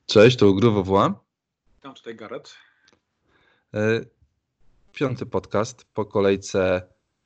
Cześć, to Ugru WWA. Tam tutaj Gareth. Piąty podcast po kolejce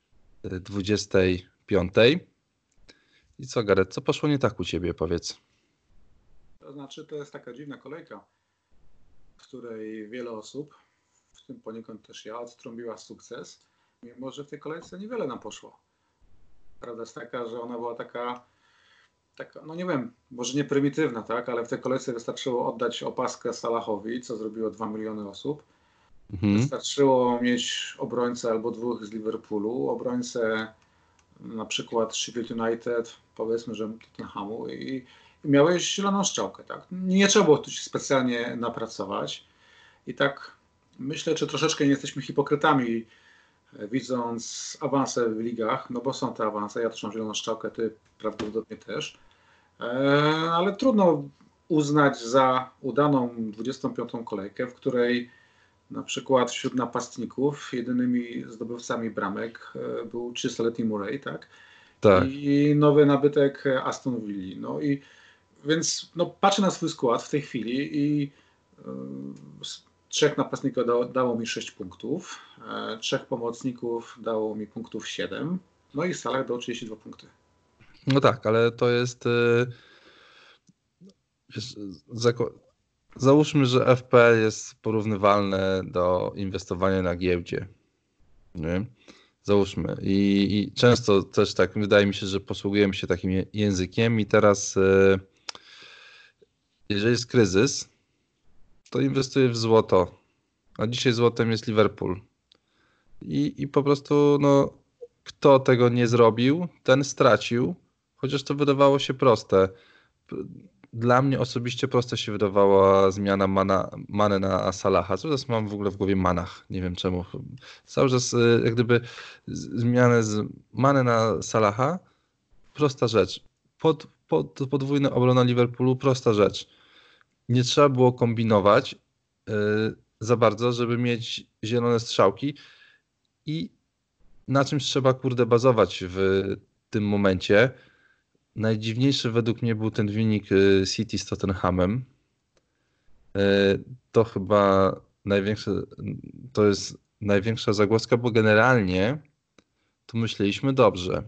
25. I co, Gareth, co poszło nie tak u ciebie, powiedz? To znaczy, to jest taka dziwna kolejka, w której wiele osób, w tym poniekąd też ja, odtrąbiła sukces, mimo że w tej kolejce niewiele nam poszło. Prawda jest taka, że ona była taka, no nie wiem, może nie prymitywna, tak, ale w tej kolejce wystarczyło oddać opaskę Salahowi, co zrobiło 2 miliony osób. Wystarczyło mieć obrońcę albo dwóch z Liverpoolu, obrońcę na przykład Sheffield United, powiedzmy, że Tottenhamu i miałeś zieloną strzałkę, tak? Nie trzeba było tu się specjalnie napracować. I tak myślę, czy troszeczkę nie jesteśmy hipokrytami, widząc awanse w ligach, no bo są te awanse, ja też mam zieloną strzałkę, ty prawdopodobnie też, ale trudno uznać za udaną 25. kolejkę, w której na przykład wśród napastników jedynymi zdobywcami bramek był 30-letni Murray, tak? Tak. I nowy nabytek Aston Villa. No i więc patrzę na swój skład w tej chwili i trzech napastników dało mi 6 punktów, trzech pomocników dało mi punktów 7, no i Salah dał 32 punkty. No tak, ale to jest... Załóżmy, że FPL jest porównywalne do inwestowania na giełdzie. Nie? Załóżmy. I często też tak, wydaje mi się, że posługujemy się takim językiem i teraz jeżeli jest kryzys, to inwestuję w złoto, a dzisiaj złotem jest Liverpool. I po prostu kto tego nie zrobił, ten stracił, chociaż to wydawało się proste. Dla mnie osobiście proste się wydawała zmiana Mane na Salaha. Cały czas mam w ogóle w głowie Manach, nie wiem czemu. Cały czas jak gdyby zmianę z Mane na Salaha, prosta rzecz. Podwójna obrona Liverpoolu, prosta rzecz. Nie trzeba było kombinować za bardzo, żeby mieć zielone strzałki i na czymś trzeba bazować w tym momencie. Najdziwniejszy według mnie był ten wynik City z Tottenhamem. To chyba to jest największa zagłoska, bo generalnie tu myśleliśmy dobrze.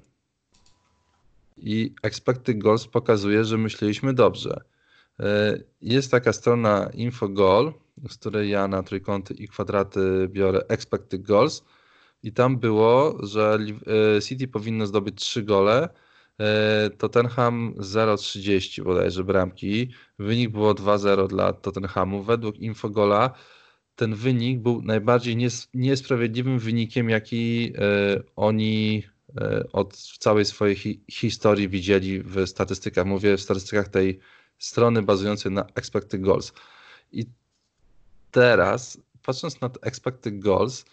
I expected goals pokazuje, że myśleliśmy dobrze. Jest taka strona Infogol, z której ja na trójkąty i kwadraty biorę expected goals i tam było, że City powinno zdobyć 3 gole, Tottenham 0,30 bodajże bramki. Wynik było 2-0 dla Tottenhamu. Według Infogola ten wynik był najbardziej niesprawiedliwym wynikiem, jaki oni od całej swojej historii widzieli w statystykach. Mówię w statystykach tej strony bazującej na expected goals. I teraz, patrząc na expected goals,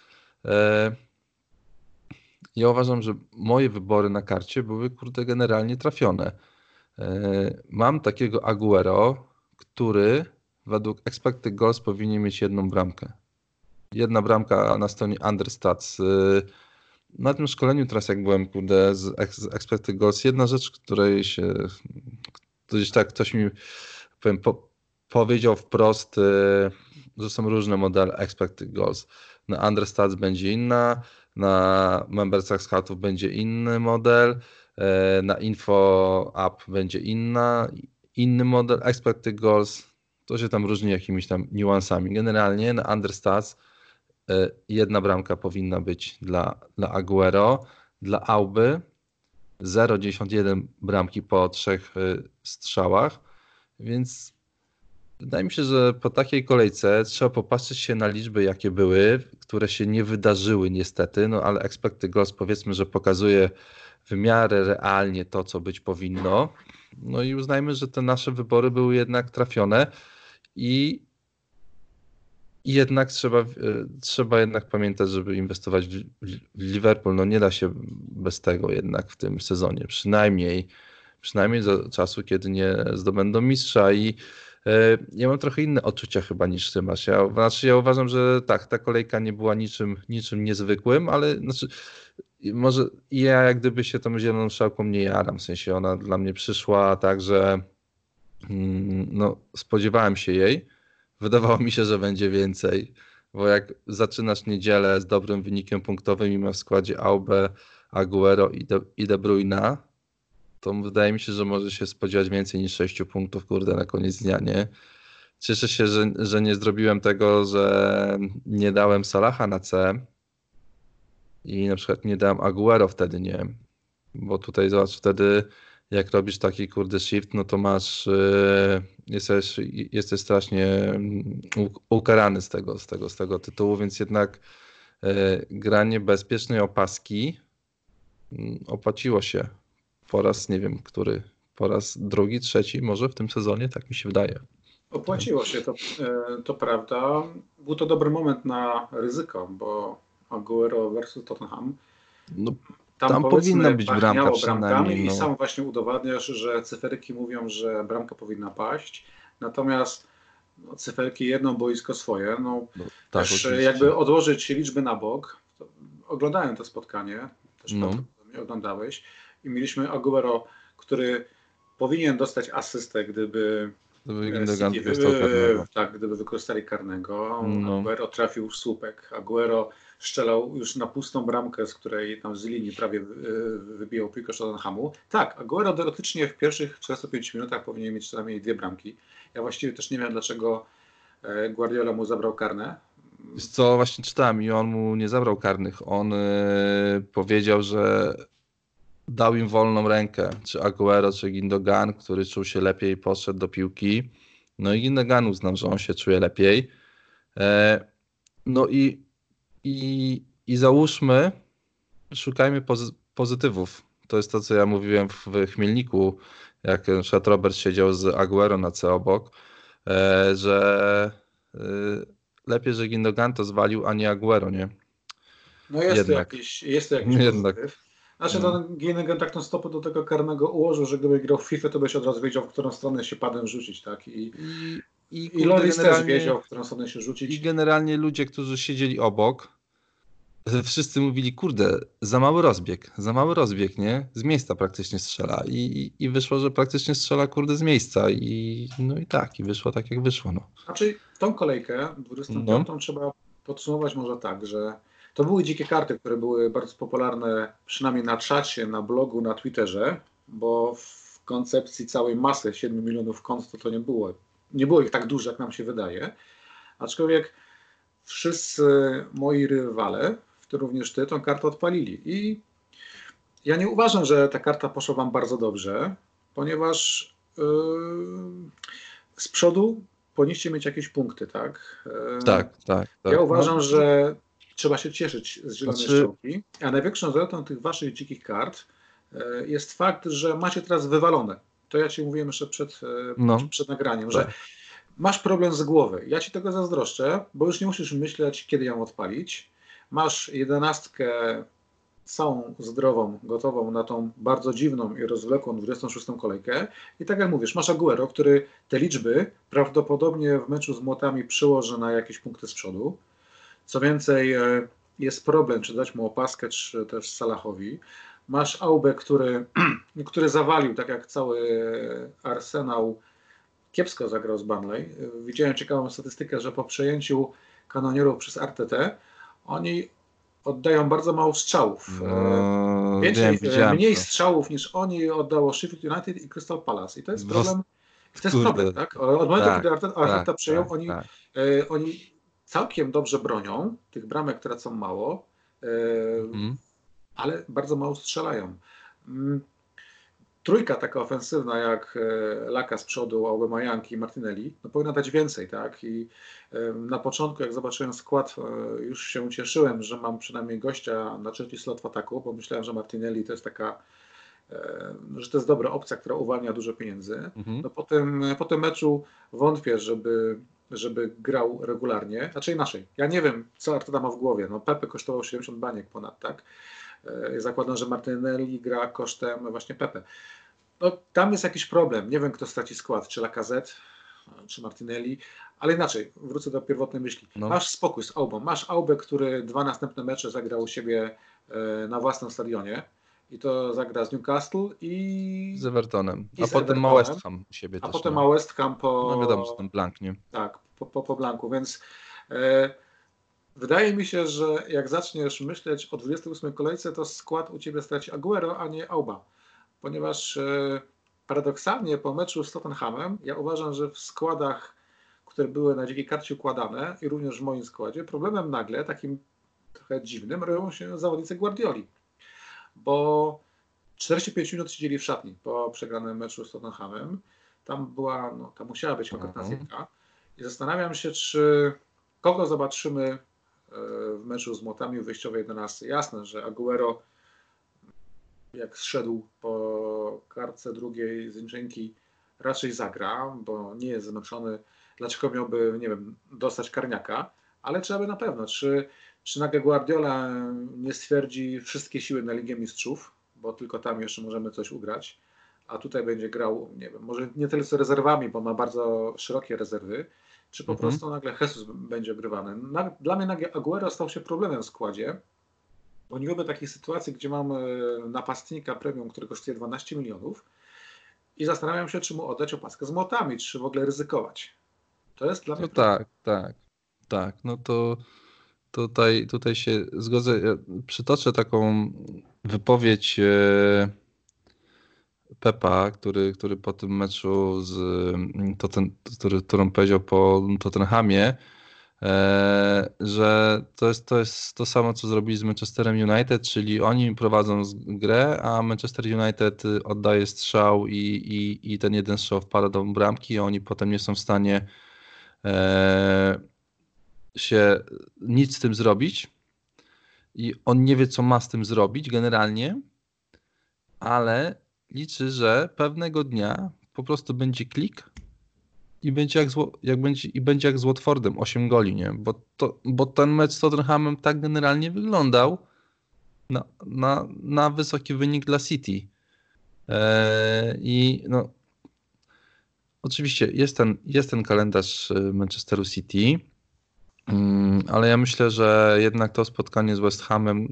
ja uważam, że moje wybory na karcie były generalnie trafione. Mam takiego Aguero, który według expected goals powinien mieć jedną bramkę. Jedna bramka na stronie Understats. Na tym szkoleniu teraz jak byłem z expected goals, jedna rzecz, której się gdzieś tak ktoś mi powiedział wprost, że są różne modele expected goals. Na Understats będzie inna, na Membersach Scoutów będzie inny model, na Info App będzie inny model expected goals. To się tam różni jakimiś tam niuansami. Generalnie na Understats jedna bramka powinna być dla Aguero, dla Auby 0,91 bramki po 3 strzałach, więc wydaje mi się, że po takiej kolejce trzeba popatrzeć się na liczby, jakie były, które się nie wydarzyły niestety, ale expected goals powiedzmy, że pokazuje w miarę realnie to, co być powinno. No i uznajmy, że te nasze wybory były jednak trafione i jednak trzeba jednak pamiętać, żeby inwestować w Liverpool. Nie da się bez tego jednak w tym sezonie, przynajmniej do czasu, kiedy nie zdobędą mistrza i ja mam trochę inne odczucia chyba niż ty masz. Ja uważam, że tak, ta kolejka nie była niczym niezwykłym, ale może ja jak gdyby się tą zieloną strzałką nie jaram, w sensie ona dla mnie przyszła tak, że No, spodziewałem się jej. Wydawało mi się, że będzie więcej, bo jak zaczynasz niedzielę z dobrym wynikiem punktowym i ma w składzie Aubę, Agüero i De Bruyna, to wydaje mi się, że może się spodziewać więcej niż 6 punktów, kurde, na koniec dnia, nie? Cieszę się, że nie zrobiłem tego, że nie dałem Salaha na C i na przykład nie dałem Agüero wtedy, nie? Bo tutaj zobacz, wtedy jak robisz taki kurde shift, no to masz, jesteś strasznie ukarany z tego tytułu, więc jednak granie bezpiecznej opaski opłaciło się po raz, nie wiem, który, po raz drugi, trzeci może w tym sezonie, tak mi się wydaje. Opłaciło się, to prawda. Był to dobry moment na ryzyko, bo Aguero versus Tottenham, No, tam tam powinna powiedzmy być bramka pachniało przynajmniej, bramkami i no. sam właśnie udowadniasz, że cyferki mówią, że bramka powinna paść. Natomiast cyferki jedno, boisko swoje. No, No, tak, też oczywiście. jakby odłożyć liczby na bok. Oglądałem to spotkanie, też No, prawdopodobnie oglądałeś i mieliśmy Aguero, który powinien dostać asystę, gdyby gdyby Gundogan City dostał karnego. tak, gdyby wykorzystali karnego. No, Aguero trafił w słupek. Aguero strzelał już na pustą bramkę, z której tam z linii prawie wybijał piłkę Tottenhamu. Tak, Aguero teoretycznie w pierwszych 45 minutach powinien mieć co najmniej 2 bramki. Ja właściwie też nie wiem, dlaczego Guardiola mu zabrał karne. wiesz co, właśnie czytałem i on mu nie zabrał karnych. On powiedział, że dał im wolną rękę, czy Agüero, czy Gundogan, który czuł się lepiej, poszedł do piłki. No i Gundogan uznał, że on się czuje lepiej. No i załóżmy, szukajmy pozytywów. To jest to, co ja mówiłem w Chmielniku, jak na przykład Robert siedział z Agüero na C obok, że lepiej, że Gundogan to zwalił, a nie Agüero, nie? No Jednak, jest to jakiś jednak. pozytyw. Znaczy No. ten Ginnigan tak tą stopę do tego karnego ułożył, że gdyby grał w FIFA, to byś od razu wiedział, w którą stronę się padem rzucić, tak? I I kurde, Loris też wiedział, w którą stronę się i rzucić. generalnie ludzie, którzy siedzieli obok, wszyscy mówili, kurde, za mały rozbieg, nie? Z miejsca praktycznie strzela i wyszło, że praktycznie strzela, kurde, z miejsca no i tak, i wyszło tak, jak wyszło, no. Znaczy tą kolejkę, 25, No, trzeba podsumować może tak, że to były dzikie karty, które były bardzo popularne, przynajmniej na czacie, na blogu, na Twitterze, bo w koncepcji całej masy 7 milionów kont to nie było ich tak dużo, jak nam się wydaje. Aczkolwiek wszyscy moi rywale, w tym również ty, tą kartę odpalili. I ja nie uważam, że ta karta poszła wam bardzo dobrze, ponieważ z przodu powinniście mieć jakieś punkty, tak? tak, tak, Ja tak. No, uważam, że trzeba się cieszyć z zielonej znaczy, strzałki, a największą zaletą tych waszych dzikich kart jest fakt, że macie teraz wywalone. To ja ci mówiłem jeszcze no, przed nagraniem, że tak. masz problem z głowy. Ja ci tego zazdroszczę, bo już nie musisz myśleć, kiedy ją odpalić. Masz 11 całą zdrową, gotową na tą bardzo dziwną i rozwlekłą 26. kolejkę. I tak jak mówisz, masz Aguero, który te liczby prawdopodobnie w meczu z Młotami przyłoży na jakieś punkty z przodu. Co więcej, jest problem, czy dać mu opaskę, czy też Salahowi. Masz Aubę, który zawalił, tak jak cały Arsenał, kiepsko zagrał z Burnley. Widziałem ciekawą statystykę, że po przejęciu kanonierów przez RTT oni oddają bardzo mało strzałów. No, wiem, widziałem Mniej to. strzałów niż oni oddało Sheffield United i Crystal Palace. I to jest Was, problem. To jest problem, kurde, tak? Od momentu, tak, kiedy tak, Arteta przyjął, tak, tak. oni całkiem dobrze bronią, tych bramek tracą mało, Mhm. ale bardzo mało strzelają. Trójka taka ofensywna jak Laka z przodu, Aubameyang i Martinelli, no powinna dać więcej, tak? I na początku, jak zobaczyłem skład, już się cieszyłem, że mam przynajmniej gościa na trzeci slot w ataku, bo myślałem, że Martinelli to jest taka, że to jest dobra opcja, która uwalnia dużo pieniędzy. Mhm. No po tym meczu wątpię, żeby grał regularnie. Znaczy inaczej, ja nie wiem, co Arteta ma w głowie. No Pepe kosztował 70 baniek ponad, tak? Zakładam, że Martinelli gra kosztem właśnie Pepe. No, tam jest jakiś problem. Nie wiem, kto straci skład, czy Lacazette, czy Martinelli, ale inaczej, wrócę do pierwotnej myśli. No. Masz spokój z Aubą. Masz Aubę, który 2 następne mecze zagrał u siebie na własnym stadionie i to zagra z Newcastle i Z Evertonem. i A z potem ma Evertonem, West Ham u siebie a też, potem no. ma West Ham No wiadomo, że ten blank, nie? tak, po blanku, więc wydaje mi się, że jak zaczniesz myśleć o 28 kolejce, to skład u ciebie straci Aguero, a nie Auba, ponieważ paradoksalnie po meczu z Tottenhamem ja uważam, że w składach, które były na dzikiej karcie układane i również w moim składzie, problemem nagle, takim trochę dziwnym, robią się zawodnicy Guardioli, bo 45 minut siedzieli w szatni po przegranym meczu z Tottenhamem. Tam musiała być konkretna zjemka. I zastanawiam się, kogo zobaczymy w meczu z Młotami w wyjściowej 11. Jasne, że Aguero, jak zszedł po kartce drugiej z Zinchenki, raczej zagra, bo nie jest zmęczony. Dlaczego miałby, nie wiem, dostać karniaka? Ale trzeba by na pewno, czy nagle Guardiola nie stwierdzi wszystkie siły na Ligę Mistrzów, bo tylko tam jeszcze możemy coś ugrać, a tutaj będzie grał, nie wiem, może nie tyle co rezerwami, bo ma bardzo szerokie rezerwy, czy po prostu nagle Jesus będzie ogrywany. Dla mnie nagle Aguero stał się problemem w składzie, bo nie lubię takich sytuacji, gdzie mam napastnika premium, który kosztuje 12 milionów i zastanawiam się, czy mu oddać opaskę z Młotami, czy w ogóle ryzykować. To jest dla mnie problem. Tak. No to tutaj się zgodzę. Ja przytoczę taką wypowiedź Pepa, który po tym meczu którą powiedział po Tottenhamie, że to jest to samo, co zrobili z Manchesterem United, czyli oni prowadzą grę, a Manchester United oddaje strzał i ten jeden strzał wpada do bramki, a oni potem nie są w stanie się nic z tym zrobić i on nie wie, co ma z tym zrobić generalnie, ale liczy, że pewnego dnia po prostu będzie klik i będzie jak z Watfordem, 8 goli, nie? Bo ten mecz z Tottenhamem tak generalnie wyglądał na wysoki wynik dla City. I no oczywiście jest ten kalendarz Manchesteru City, ale ja myślę, że jednak to spotkanie z West Hamem,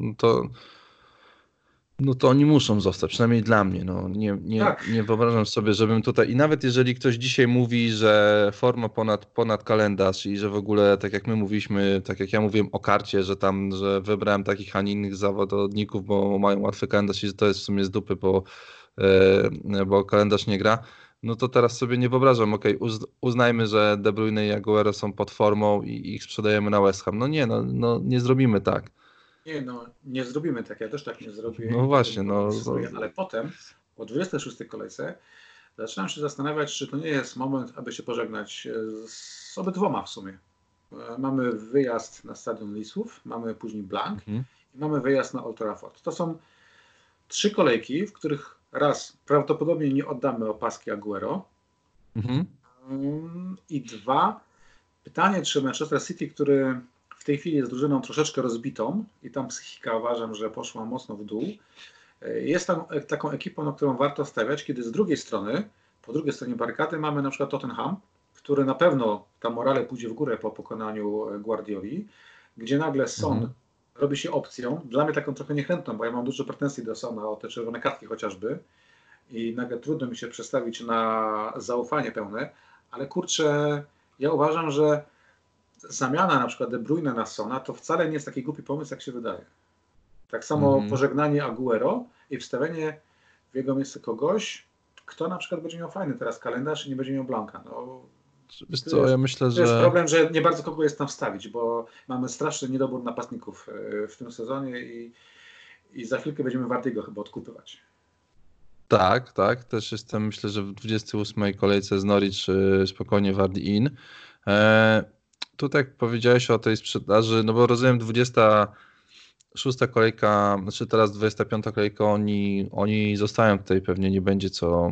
no to oni muszą zostać, przynajmniej dla mnie. No, nie wyobrażam sobie, żebym tutaj. I nawet jeżeli ktoś dzisiaj mówi, że forma ponad kalendarz i że w ogóle, tak jak my mówiliśmy, tak jak ja mówiłem o karcie, że wybrałem takich, a nie innych zawodników, bo mają łatwy kalendarz i że to jest w sumie z dupy, bo kalendarz nie gra. No to teraz sobie nie wyobrażam, uznajmy, że De Bruyne i Aguero są pod formą i ich sprzedajemy na West Ham. No nie zrobimy tak. Nie zrobimy tak, ja też tak nie zrobię. No właśnie, ale potem, po 26 kolejce, zaczynam się zastanawiać, czy to nie jest moment, aby się pożegnać z obydwoma w sumie. Mamy wyjazd na Stadion Lisów, mamy później Blank i mamy wyjazd na Old Trafford. To są 3 kolejki, w których raz prawdopodobnie nie oddamy opaski Aguero i 2, pytanie, czy Manchester City, który w tej chwili jest drużyną troszeczkę rozbitą i tam psychika uważam, że poszła mocno w dół, jest tam taką ekipą, na którą warto stawiać, kiedy z drugiej strony, po drugiej stronie barykady mamy na przykład Tottenham, który na pewno ta morale pójdzie w górę po pokonaniu Guardioli, gdzie nagle Son robi się opcją, dla mnie taką trochę niechętną, bo ja mam dużo pretensji do Sona o te czerwone kartki chociażby i nagle trudno mi się przestawić na zaufanie pełne, ale kurczę, ja uważam, że zamiana na przykład De Bruyne na Sona to wcale nie jest taki głupi pomysł, jak się wydaje. Tak samo pożegnanie Aguero i wstawienie w jego miejsce kogoś, kto na przykład będzie miał fajny teraz kalendarz i nie będzie miał Blanka. No, wiesz co, ja myślę, to jest problem, że nie bardzo kogo jest tam wstawić, bo mamy straszny niedobór napastników w tym sezonie i za chwilkę będziemy Wardiego chyba odkupywać. Tak. Też jestem, myślę, że w 28 kolejce z Norwich spokojnie Wardy in. Tutaj jak powiedziałeś o tej sprzedaży, no bo rozumiem 26 kolejka, znaczy teraz 25 kolejka, oni zostają tutaj, pewnie nie będzie co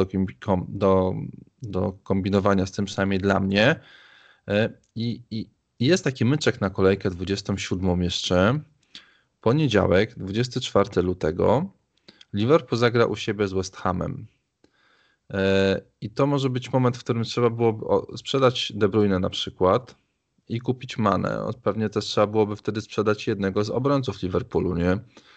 do kombinowania z tym, przynajmniej dla mnie. I jest taki myczek na kolejkę 27 jeszcze. Poniedziałek, 24 lutego, Liverpool zagra u siebie z West Hamem. I to może być moment, w którym trzeba byłoby sprzedać De Bruyne na przykład i kupić Manę. Pewnie też trzeba byłoby wtedy sprzedać jednego z obrońców Liverpoolu, nie?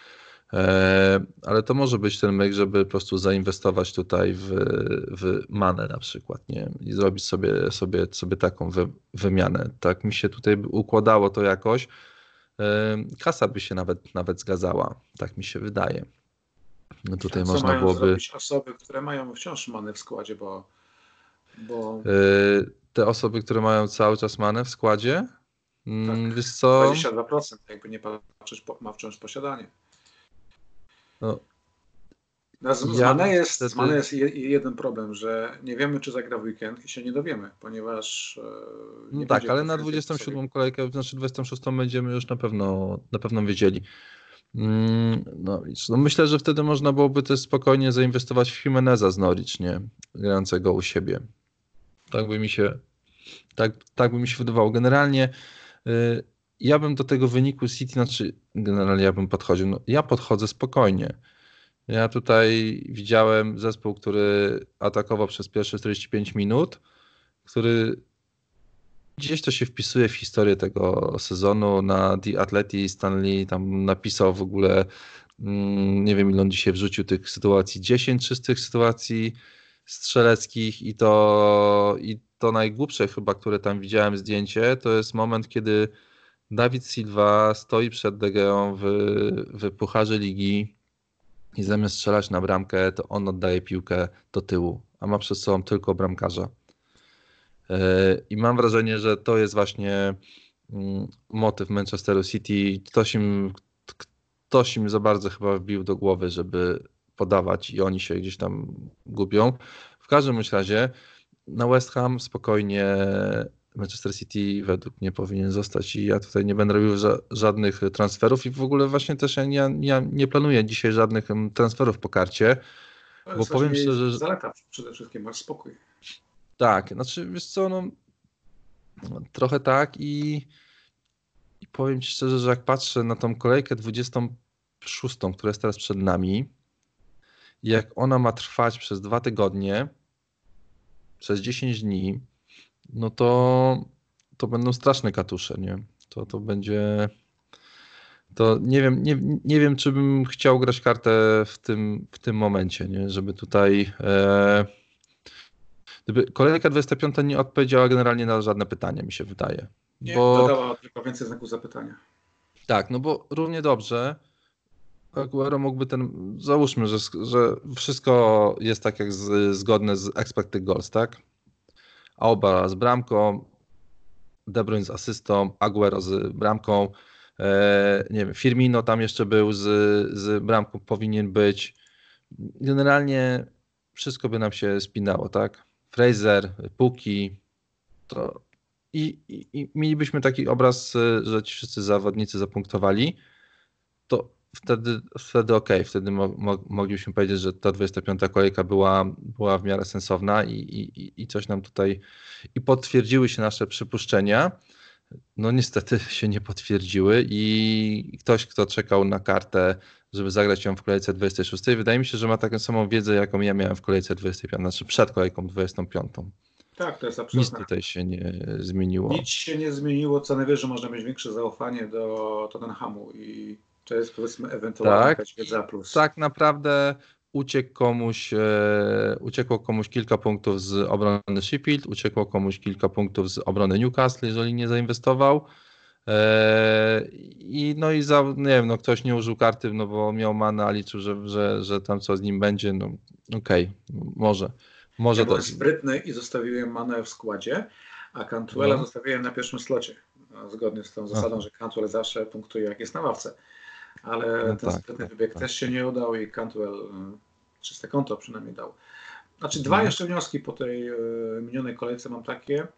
Ale to może być ten myk, żeby po prostu zainwestować tutaj w manę na przykład, nie? I zrobić sobie taką wymianę. Tak mi się tutaj układało to jakoś. Kasa by się nawet zgadzała, tak mi się wydaje. No A tutaj co można mają byłoby zrobić osoby, które mają wciąż manę w składzie, bo te osoby, które mają cały czas manę w składzie, tak, wiesz co, 22%, jakby nie patrzeć, ma wciąż posiadanie. no, Z ja Mane bym jest, z Mane wtedy, jest jeden problem, że nie wiemy, czy zagra w weekend i się nie dowiemy, ponieważ no nie tak, będzie ale na konferencji prasowej. 27 kolejkę, znaczy 26 będziemy już na pewno wiedzieli. No, no myślę, że wtedy można byłoby też spokojnie zainwestować w Jimeneza z Norwich, nie? Grającego u siebie. Tak by mi się, tak by mi się wydawało. Generalnie ja bym do tego wyniku City, znaczy generalnie ja bym podchodził, no, ja podchodzę spokojnie. Ja tutaj widziałem zespół, który atakował przez pierwsze 45 minut, który gdzieś to się wpisuje w historię tego sezonu. Na The Athletic Stanley tam napisał w ogóle, nie wiem ile on dzisiaj wrzucił tych sytuacji, 10 czystych sytuacji strzeleckich i to najgłupsze chyba, które tam widziałem zdjęcie, to jest moment, kiedy David Silva stoi przed De Geą w Pucharze Ligi i zamiast strzelać na bramkę, to on oddaje piłkę do tyłu, a ma przed sobą tylko bramkarza. I mam wrażenie, że to jest właśnie motyw Manchesteru City. Ktoś im za bardzo chyba wbił do głowy, żeby podawać i oni się gdzieś tam gubią. W każdym bądź razie na West Ham spokojnie Manchester City według mnie powinien zostać i ja tutaj nie będę robił żadnych transferów i w ogóle właśnie też ja nie planuję dzisiaj żadnych transferów po karcie, To bo jest właśnie powiem jej szczerze, że zaleta przede wszystkim, masz spokój. tak, znaczy wiesz co, no trochę tak i powiem ci szczerze, że jak patrzę na tą kolejkę 26, która jest teraz przed nami, i jak ona ma trwać przez 2 tygodnie, przez 10 dni, no to będą straszne katusze, nie? To będzie. To nie wiem, czy bym chciał grać kartę w tym momencie, nie? Żeby tutaj. Gdyby kolejka 25 nie odpowiedziała generalnie na żadne pytanie, mi się wydaje. Nie, Bo dodała tylko więcej znaków zapytania. tak, no bo równie dobrze Aguero mógłby załóżmy, że wszystko jest tak jak zgodne z expected goals, tak? Auba z bramką, De Bruyne z asystą, Aguero z bramką, nie wiem, Firmino tam jeszcze był z bramką, powinien być. Generalnie wszystko by nam się spinało, tak? Fraser, Puki, to i mielibyśmy taki obraz, że ci wszyscy zawodnicy zapunktowali, to wtedy okej, wtedy moglibyśmy powiedzieć, że ta 25 kolejka była w miarę sensowna i coś nam tutaj i potwierdziły się nasze przypuszczenia. No niestety się nie potwierdziły i ktoś, kto czekał na kartę, żeby zagrać ją w kolejce 26, wydaje mi się, że ma taką samą wiedzę, jaką ja miałem w kolejce 25, znaczy przed kolejką 25. Tak, to jest Nic absolutne. tutaj się nie zmieniło. Nic się nie zmieniło, co najwyżej można mieć większe zaufanie do Tottenhamu i to jest powiedzmy ewentualnie Tak, jakaś wiedza plus. tak naprawdę uciekło komuś kilka punktów z obrony Sheffield, uciekło komuś kilka punktów z obrony Newcastle, jeżeli nie zainwestował. I no i nie wiem, no ktoś nie użył karty, no bo miał manę, a liczył, że tam co z nim będzie, no okej, może. Ja Może byłem też. sprytny i zostawiłem Manę w składzie, a Cantwella No, zostawiłem na pierwszym slocie. Zgodnie z tą zasadą, aha, że Cantwell zawsze punktuje jak jest na ławce. Ale no ten tak, sprytny tak, wybieg tak. też się nie udał i Cantwell czyste konto przynajmniej dał. Znaczy dwa Mhm. jeszcze wnioski po tej minionej kolejce mam takie,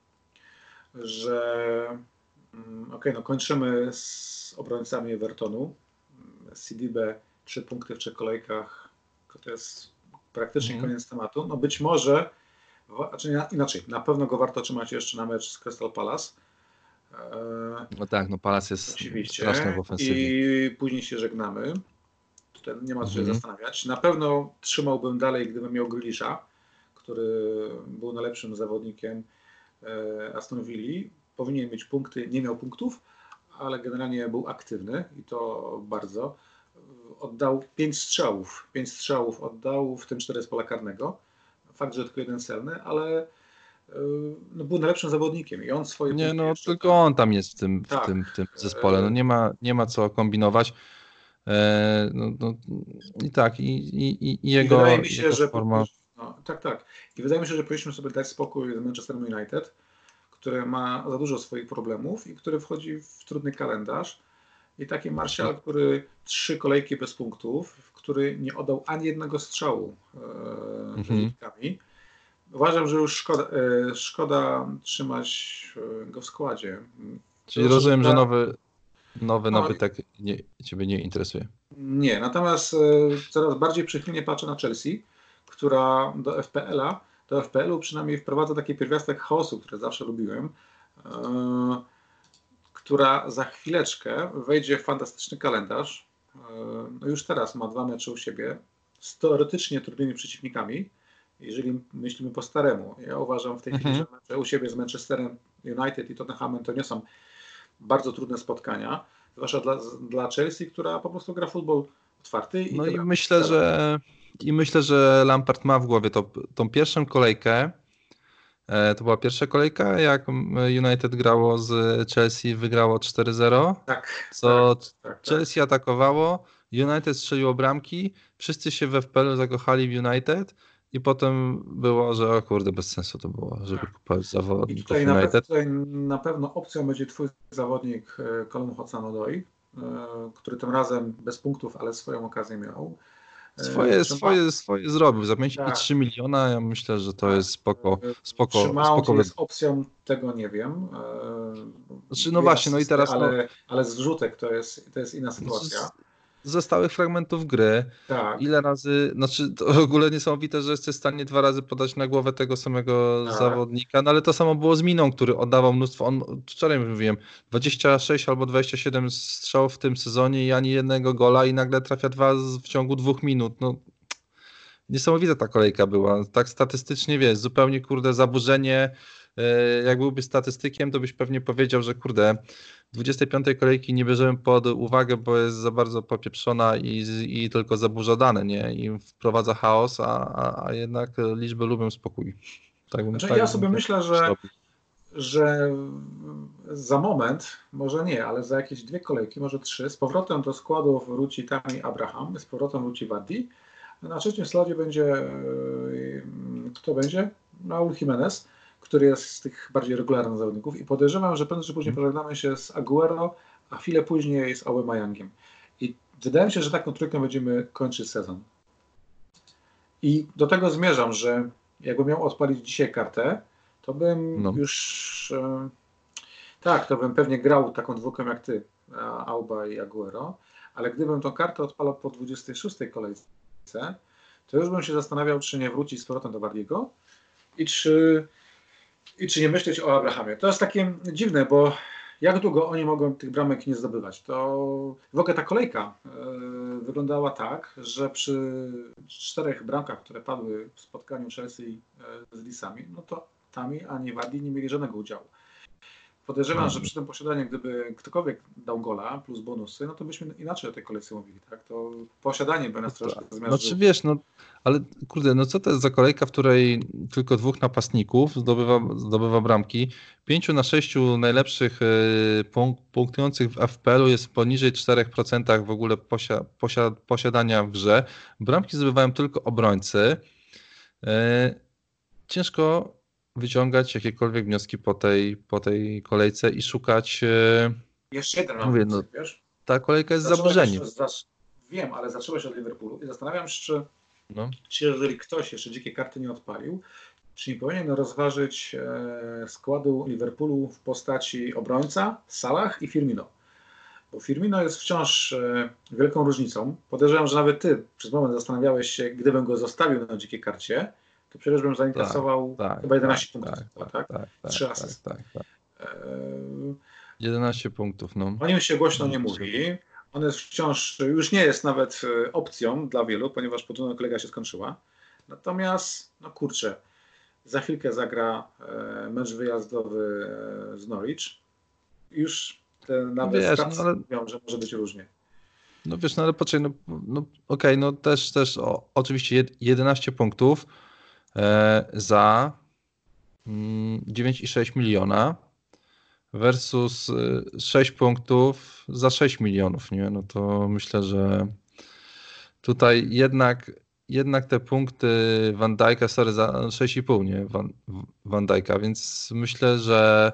że okej, no kończymy z obrońcami Evertonu. CDB 3 punkty w 3 kolejkach, to jest praktycznie Mhm. koniec tematu. No być może, znaczy inaczej, na pewno go warto trzymać jeszcze na mecz z Crystal Palace. No tak, no Palace jest straszny w Oczywiście. ofensywie. I później się żegnamy. Tutaj nie ma co się Mhm. zastanawiać. Na pewno trzymałbym dalej, gdybym miał Grealisha, który był najlepszym zawodnikiem Aston Villa. Powinien mieć punkty, nie miał punktów, ale generalnie był aktywny i to bardzo. oddał 5 strzałów. 5 strzałów oddał, w tym 4 z pola karnego. Fakt, że tylko jeden celny, ale no, był najlepszym zawodnikiem i on swoje Nie, punkty no jeszcze tylko on tam jest tak. w tym zespole. No nie ma co kombinować. No, i tak, i I wydaje mi się, jego że forma. tak. I wydaje mi się, że powinniśmy sobie dać spokój z Manchester United, które ma za dużo swoich problemów i które wchodzi w trudny kalendarz. I taki Martial, który 3 kolejki bez punktów, który nie oddał ani jednego strzału rzutkami. Uważam, że już szkoda trzymać go w składzie. Czyli To, rozumiem, że że nowy no, nabytek ciebie nie interesuje. nie, natomiast coraz bardziej przychylnie patrzę na Chelsea, która do FPL-u przynajmniej wprowadza taki pierwiastek chaosu, który zawsze lubiłem, która za chwileczkę wejdzie w fantastyczny kalendarz. No już teraz ma 2 mecze u siebie z teoretycznie trudnymi przeciwnikami, jeżeli myślimy po staremu. Ja uważam w tej chwili, że mecze u siebie z Manchesterem United i Tottenhamem to nie są bardzo trudne spotkania, zwłaszcza dla Chelsea, która po prostu gra futbol otwarty. No i myślę, że Lampard ma w głowie tą pierwszą kolejkę. To była pierwsza kolejka, jak United grało z Chelsea, wygrało 4-0. Tak. Chelsea atakowało, United strzeliło bramki, wszyscy się we FPL-u zakochali w United i potem było, że o kurde, bez sensu to było, żeby kupować zawodników United. Tutaj na pewno opcją będzie twój zawodnik Callum Hudson-Odoi, który tym razem bez punktów, ale swoją okazję miał. Swoje zrobił. Za 5 tak. i 3 miliona, ja myślę, że to jest Czy Mount spoko. jest opcją, tego nie wiem. Znaczy, no właśnie, no i teraz... Ale zrzutek to jest inna sytuacja. Ze stałych fragmentów gry, tak. ile razy, znaczy to w ogóle niesamowite, że jesteś w stanie 2 razy podać na głowę tego samego zawodnika, no ale to samo było z Miną, który oddawał mnóstwo, wczoraj mówiłem, 26 albo 27 strzałów w tym sezonie i ani jednego gola i nagle trafia 2 w ciągu 2 minut, no niesamowita ta kolejka była, tak statystycznie wiesz, zupełnie kurde zaburzenie, jak byłby statystykiem, to byś pewnie powiedział, że kurde, 25 kolejki nie bierzemy pod uwagę, bo jest za bardzo popieprzona i tylko zaburza dane, nie? I wprowadza chaos, a jednak liczby lubią spokój. Ja sobie myślę, że za moment, może nie, ale za jakieś 2 kolejki, może 3, z powrotem do składu wróci Tammy Abraham, z powrotem wróci Vardy. Na trzecim składzie będzie, kto będzie? Raul Jimenez, który jest z tych bardziej regularnych zawodników i podejrzewam, że prędzej czy później pożegnamy się z Aguero, a chwilę później z Aubameyangiem. I wydaje mi się, że taką trójką będziemy kończyć sezon. I do tego zmierzam, że jakbym miał odpalić dzisiaj kartę, to bym już... tak, to bym pewnie grał taką dwójką jak ty, Auba i Aguero, ale gdybym tą kartę odpalał po 26 kolejce, to już bym się zastanawiał, czy nie wrócić z powrotem do Wardiego i czy nie myśleć o Abrahamie. To jest takie dziwne, bo jak długo oni mogą tych bramek nie zdobywać? To w ogóle ta kolejka wyglądała tak, że przy 4 bramkach, które padły w spotkaniu Chelsea z Leedsami, no to Tammy ani Vardy nie mieli żadnego udziału. Podejrzewam, że przy tym posiadaniu, gdyby ktokolwiek dał gola plus bonusy, no to byśmy inaczej o tej kolejce mówili, tak? To posiadanie by nas troszkę zmiażdżyło. Znaczy wiesz, no ale kurde, no co to jest za kolejka, w której tylko 2 napastników zdobywa bramki, 5 na 6 najlepszych punktujących w FPL-u jest poniżej 4% w ogóle posiadania w grze. Bramki zdobywają tylko obrońcy. Ciężko wyciągać jakiekolwiek wnioski po tej kolejce i szukać... Jeszcze jeden mam wniosek, wiesz? Ta kolejka jest zaburzeniem. Wiem, ale zacząłeś od Liverpoolu i zastanawiam się, czy jeżeli ktoś jeszcze dzikie karty nie odpalił, czy nie powinien rozważyć składu Liverpoolu w postaci obrońca, Salah i Firmino. Bo Firmino jest wciąż wielką różnicą. Podejrzewam, że nawet ty przez moment zastanawiałeś się, gdybym go zostawił na dzikiej karcie, to przecież bym zainkasował chyba 11 punktów. Tak? 3 asysty. 11 punktów, no. O nim się głośno nie mówi. On jest wciąż, już nie jest nawet opcją dla wielu, ponieważ podwójna kolega się skończyła. Natomiast, no kurczę, za chwilkę zagra mecz wyjazdowy z Norwich. Już nawet stawcy mówią, że może być różnie. No wiesz, no ale poczekaj, okej, no też oczywiście 11 punktów za 9,6 miliona versus 6 punktów za 6 milionów, nie? No to myślę, że tutaj jednak te punkty Van Dijk'a, sorry, za 6,5, nie? Van Dijk'a, więc myślę, że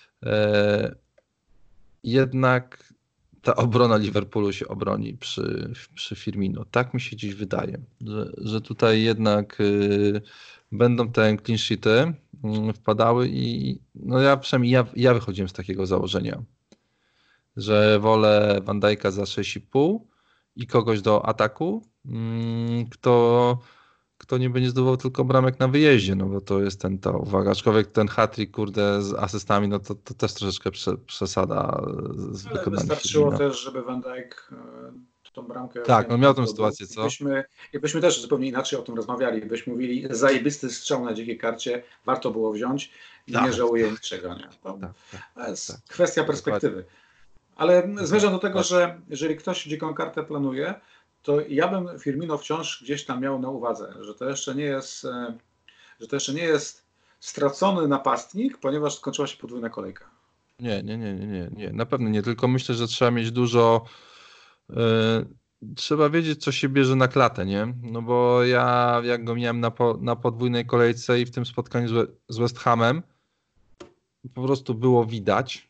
jednak ta obrona Liverpoolu się obroni przy Firmino. Tak mi się dziś wydaje, że tutaj jednak będą te clean sheety wpadały i no ja przynajmniej ja wychodziłem z takiego założenia, że wolę Van Dijk'a za 6,5 i kogoś do ataku, kto nie będzie zdobywał tylko bramek na wyjeździe, no bo to jest ta uwaga, aczkolwiek ten hat-trick, kurde, z asystami, no to też troszeczkę przesada z Ale wykonaniem wystarczyło Firmina. też, żeby Van Dijk tą bramkę Tak, no miał tą zdobył. sytuację, co? Byśmy też zupełnie inaczej o tym rozmawiali. Byśmy mówili, zajebisty strzał na dzikiej karcie, warto było wziąć i nie żałuję niczego. Nie? To jest kwestia perspektywy. Ale zmierzam do tego, że jeżeli ktoś dziką kartę planuje, to ja bym Firmino wciąż gdzieś tam miał na uwadze, że to jeszcze nie jest stracony napastnik, ponieważ skończyła się podwójna kolejka. Nie, na pewno nie, tylko myślę, że trzeba mieć dużo, trzeba wiedzieć, co się bierze na klatę, nie? No bo ja jak go miałem na podwójnej kolejce i w tym spotkaniu z West Hamem, po prostu było widać,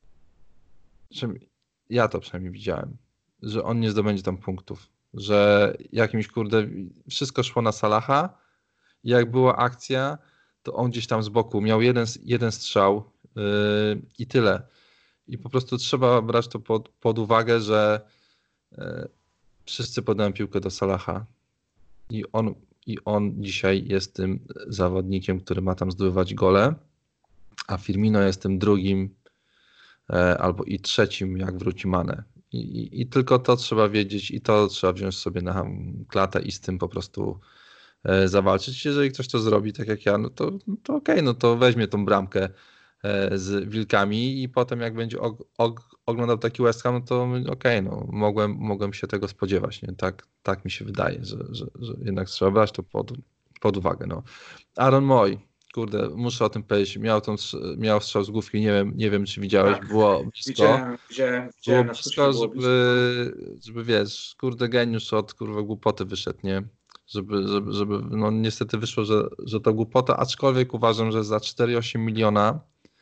ja to przynajmniej widziałem, że on nie zdobędzie tam punktów, że jakimś kurde, wszystko szło na Salaha i jak była akcja, to on gdzieś tam z boku miał jeden strzał i tyle. I po prostu trzeba brać to pod uwagę, że wszyscy podają piłkę do Salaha i on dzisiaj jest tym zawodnikiem, który ma tam zdobywać gole, a Firmino jest tym drugim albo i trzecim, jak wróci Mane. I tylko to trzeba wiedzieć i to trzeba wziąć sobie na klatę i z tym po prostu zawalczyć. Jeżeli ktoś to zrobi tak jak ja, no to okej, no to weźmie tą bramkę z Wilkami i potem jak będzie oglądał taki West Ham, no to okej, no mogłem się tego spodziewać. Nie? Tak mi się wydaje, że jednak trzeba brać to pod uwagę. No. Aaron Moy, kurde, muszę o tym powiedzieć, miał strzał z główki, nie wiem czy widziałeś, Tak, było blisko. Widziałem Było na blisko, było blisko. żeby wiesz, kurde, geniusz od kurwa głupoty wyszedł, nie? Żeby no niestety wyszło, że to głupota, aczkolwiek uważam, że za 4,8 miliona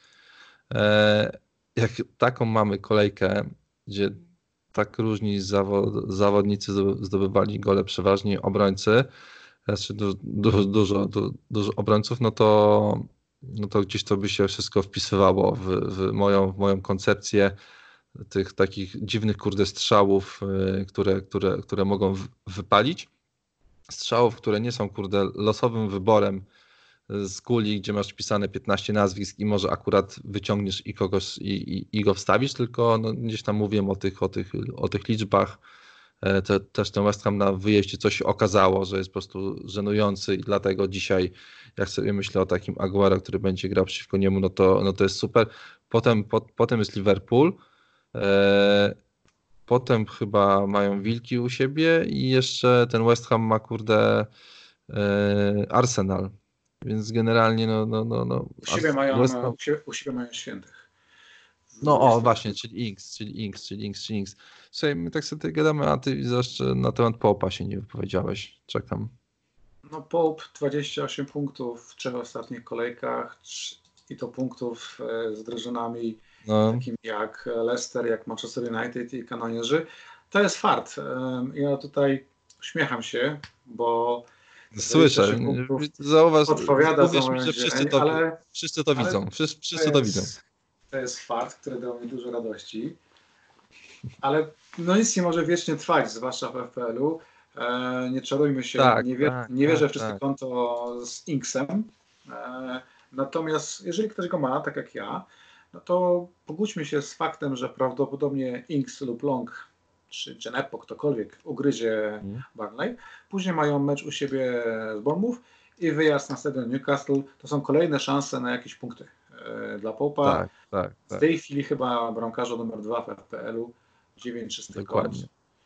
jak taką mamy kolejkę, gdzie tak różni zawodnicy zdobywali gole, przeważnie obrońcy, znaczy dużo obrońców, no to gdzieś to by się wszystko wpisywało w moją koncepcję tych takich dziwnych kurde strzałów, które mogą wypalić. Strzałów, które nie są kurde losowym wyborem z kuli, gdzie masz pisane 15 nazwisk i może akurat wyciągniesz i kogoś i go wstawisz, tylko no, gdzieś tam mówiłem o tych liczbach. Też ten West Ham na wyjeździe coś okazało, że jest po prostu żenujący i dlatego dzisiaj jak sobie myślę o takim Aguero, który będzie grał przeciwko niemu, no to jest super. Potem jest Liverpool, potem chyba mają Wilki u siebie i jeszcze ten West Ham ma kurde Arsenal. Więc generalnie U siebie mają świętych. No właśnie, czyli Inks. Słuchaj, my tak sobie gadamy, a ty jeszcze na temat Pope'a się nie wypowiedziałeś. Czekam. No Pope 28 punktów w 3 ostatnich kolejkach i to punktów z drużynami takimi jak Leicester, jak Manchester United i Kanonierzy. To jest fart. Ja tutaj uśmiecham się, bo słyszę, zauważ, odpowiada mi, że wszyscy to widzą. Wszyscy to widzą. To jest fakt, który dał mi dużo radości, ale no nic nie może wiecznie trwać, zwłaszcza w FPL-u. Nie czarujmy się, nie wierzę w czyste konto z Inksem. Natomiast jeżeli ktoś go ma, tak jak ja, no to pogódźmy się z faktem, że prawdopodobnie Inks lub Long, czy Dżenepo, ktokolwiek ugryzie Burnley. Później mają mecz u siebie z Bournemouth i wyjazd na stadion Newcastle. To są kolejne szanse na jakieś punkty dla Pope'a. Tak. W tej chwili chyba bramkarza numer 2 w FPL-u, 9 czystych kont.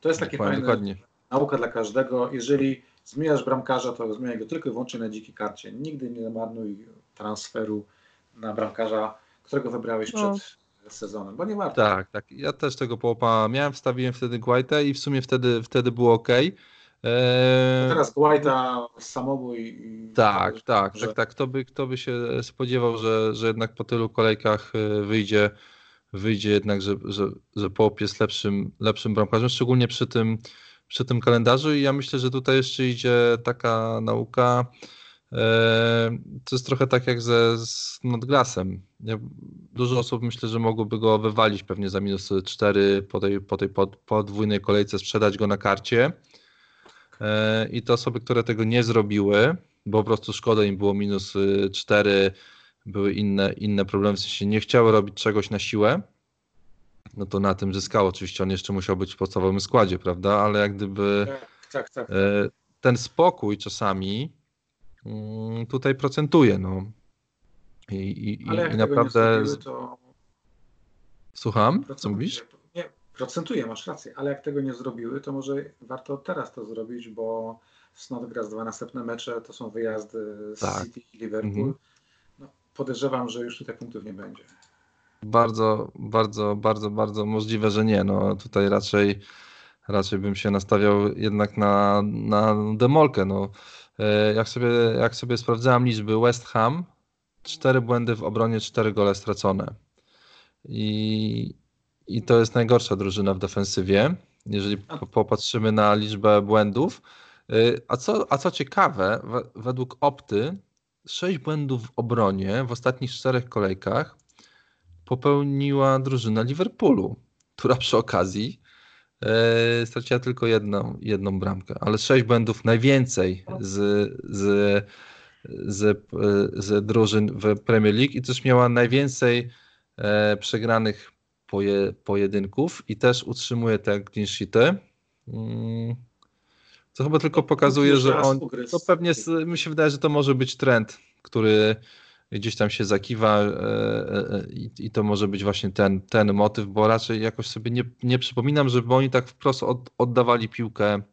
To jest takie fajne Dokładnie. nauka dla każdego. Jeżeli zmieniasz bramkarza, to zmieniaj go tylko i wyłącznie na dzikiej karcie. Nigdy nie marnuj transferu na bramkarza, którego wybrałeś No, przed sezonem, bo nie warto. tak. Ja też tego połapałem. Miałem, wstawiłem wtedy Guaitę i w sumie wtedy było ok. A teraz Guaita, samobój i Tak. że Kto by się spodziewał, że jednak po tylu kolejkach wyjdzie jednak, że Pope jest lepszym bramkarzem, szczególnie przy tym kalendarzu i ja myślę, że tutaj jeszcze idzie taka nauka, to jest trochę tak jak z Snodgrassem. Dużo osób myślę, że mogłoby go wywalić pewnie za -4 po tej podwójnej kolejce, sprzedać go na karcie i te osoby, które tego nie zrobiły, bo po prostu szkoda im było -4, były inne problemy, w sensie nie chciały robić czegoś na siłę, no to na tym zyskało. Oczywiście on jeszcze musiał być w podstawowym składzie, prawda? Ale jak gdyby tak. ten spokój czasami tutaj procentuje. No. Ale jak I tego nie naprawdę. zrobiły, to Słucham? Co procentuje. mówisz? Nie, procentuje, masz rację, ale jak tego nie zrobiły, to może warto teraz to zrobić, bo Snodgrass 2 następne mecze to są wyjazdy z Tak. City i Liverpool. Mhm. No, podejrzewam, że już tutaj punktów nie będzie. Bardzo możliwe, że nie. No, tutaj raczej bym się nastawiał jednak na demolkę. No. Jak sobie sprawdzałem liczby, West Ham 4 błędy w obronie, 4 gole stracone. I to jest najgorsza drużyna w defensywie, jeżeli popatrzymy na liczbę błędów. A co ciekawe, według Opty 6 błędów w obronie w ostatnich 4 kolejkach popełniła drużyna Liverpoolu, która przy okazji straciła tylko jedną bramkę, ale 6 błędów najwięcej z drużyn w Premier League i też miała najwięcej przegranych pojedynków i też utrzymuje te clean sheety. Co chyba tylko pokazuje, że to pewnie mi się wydaje, że to może być trend, który gdzieś tam się zakiwa i to może być właśnie ten motyw, bo raczej jakoś sobie nie przypominam, żeby oni tak wprost oddawali piłkę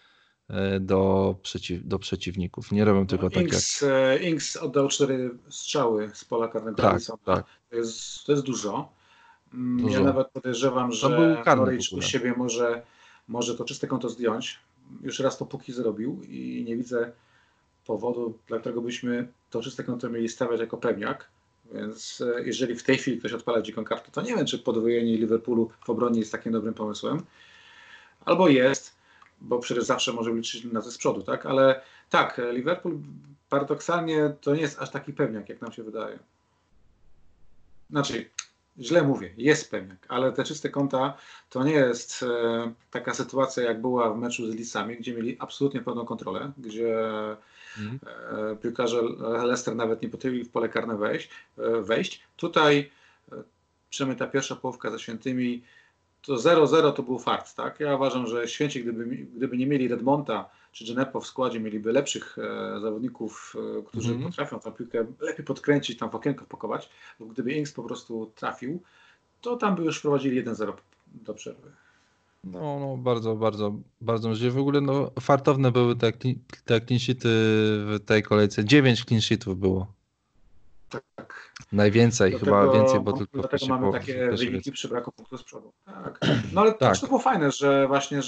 do przeciwników. Nie robią tego tak jak... Ings oddał 4 strzały z pola karnego Tak. To jest dużo. Ja nawet podejrzewam, że Norwich u siebie może to czyste konto zdjąć. Już raz to Puki zrobił i nie widzę powodu, dla którego byśmy to czyste konto mieli stawiać jako pewniak. Więc jeżeli w tej chwili ktoś odpala dziką kartę, to nie wiem, czy podwojenie Liverpoolu w obronie jest takim dobrym pomysłem. Albo jest, bo przecież zawsze może liczyć na to z przodu, tak? Ale tak, Liverpool paradoksalnie to nie jest aż taki pewniak, jak nam się wydaje. Znaczy, źle mówię, jest pewniak, ale te czyste konta to nie jest taka sytuacja, jak była w meczu z Leedsami, gdzie mieli absolutnie pełną kontrolę, gdzie piłkarze Leicester nawet nie potrafili w pole karne wejść. Tutaj przynajmniej ta pierwsza połówka ze Świętymi to 0-0 to był fart, tak? Ja uważam, że Święci, gdyby nie mieli Redmonta czy Dżenepo w składzie, mieliby lepszych zawodników, którzy potrafią tę piłkę lepiej podkręcić, tam w okienko wpakować, lub gdyby Ings po prostu trafił, to tam by już wprowadzili 1-0 do przerwy. No bardzo możliwe. W ogóle fartowne były te clean sheety w tej kolejce. 9 clean sheetów było. Tak. Najwięcej, chyba więcej, bo tylko dlatego mamy takie wyniki przy braku punktu z przodu. Tak. No ale też to było fajne, że właśnie,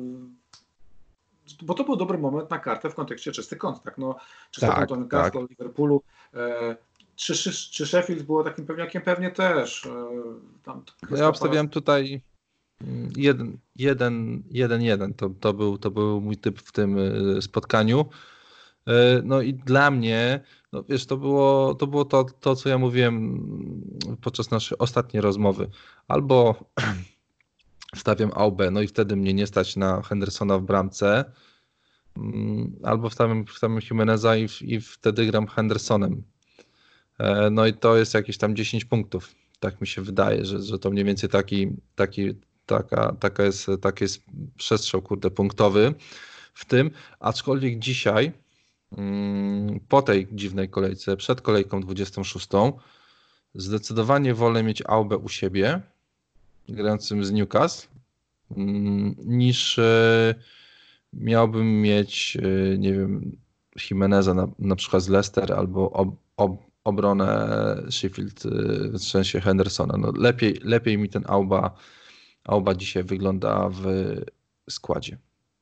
bo to był dobry moment na kartę w kontekście czystych kąt. Tak? No, czyste konto Newcastle, Liverpoolu. Czy Sheffield było takim pewniakiem? Pewnie też. Ja obstawiałem tutaj 1-1. To był mój typ w tym spotkaniu. No i dla mnie, no wiesz, to było to, co ja mówiłem podczas naszej ostatniej rozmowy. Albo wstawiam Aubę, no i wtedy mnie nie stać na Hendersona w bramce, albo wstawiam Jimeneza i wtedy gram Hendersonem. No i to jest jakieś tam 10 punktów. Tak mi się wydaje, że to mniej więcej taki jest przestrzał punktowy w tym, aczkolwiek dzisiaj po tej dziwnej kolejce, przed kolejką 26, zdecydowanie wolę mieć Aubę u siebie, grającym z Newcastle, niż miałbym mieć, nie wiem, Jimeneza na przykład z Leicester albo obronę Sheffield, w sensie Hendersona. No lepiej mi ten Auba dzisiaj wygląda w składzie.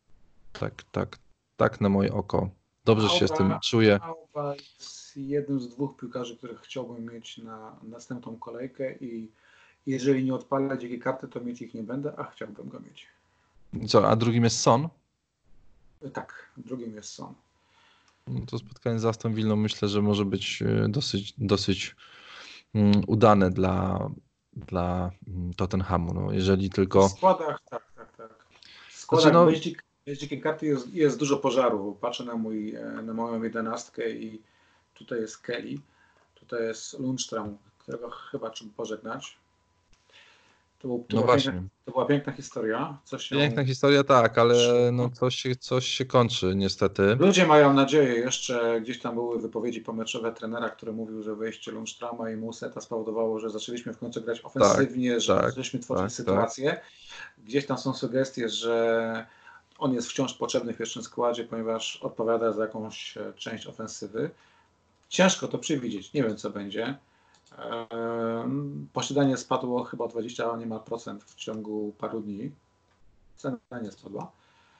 Tak na moje oko. Dobrze się z tym czuję. Auba jest jednym z 2 piłkarzy, których chciałbym mieć na następną kolejkę i jeżeli nie odpalę dzikiej karty, to mieć ich nie będę, a chciałbym go mieć. Co, a drugim jest Son? Tak, drugim jest Son. No to spotkanie z Aston Villą myślę, że może być dosyć udane dla Tottenhamu. No, jeżeli tylko... W składach, tak. W składach bez dzikiej karty jest dużo pożaru. Patrzę na moją 11 i tutaj jest Kelly, tutaj jest Lundstram, którego chyba trzeba pożegnać. To była piękna historia. Piękna historia, tak, ale no coś się kończy niestety. Ludzie mają nadzieję jeszcze, gdzieś tam były wypowiedzi pomeczowe trenera, który mówił, że wejście Lundstrama i Museta spowodowało, że zaczęliśmy w końcu grać ofensywnie, że zaczęliśmy tworzyć sytuację. Gdzieś tam są sugestie, że on jest wciąż potrzebny w pierwszym składzie, ponieważ odpowiada za jakąś część ofensywy. Ciężko to przewidzieć, nie wiem co będzie. Posiadanie spadło chyba o 20 niemal procent w ciągu paru dni. Cena nie spadła.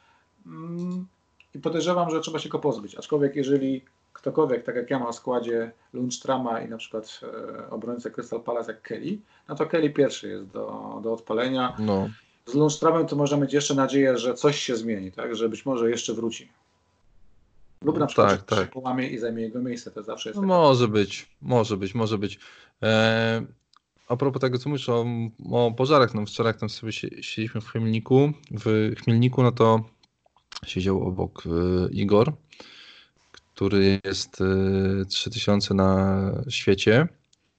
I podejrzewam, że trzeba się go pozbyć. Aczkolwiek jeżeli ktokolwiek, tak jak ja mam w składzie Lundstrama i na przykład obrońcę Crystal Palace jak Kelly, no to Kelly pierwszy jest do odpalenia. No. Z Lundstramem to można mieć jeszcze nadzieję, że coś się zmieni, tak? Że być może jeszcze wróci. Lub na przykład się połamie i zajmie jego miejsce. To zawsze jest Może być. A propos tego, co mówisz o pożarach, no wczoraj tam sobie siedzieliśmy w Chmielniku, no to siedział obok Igor, który jest 3000 na świecie.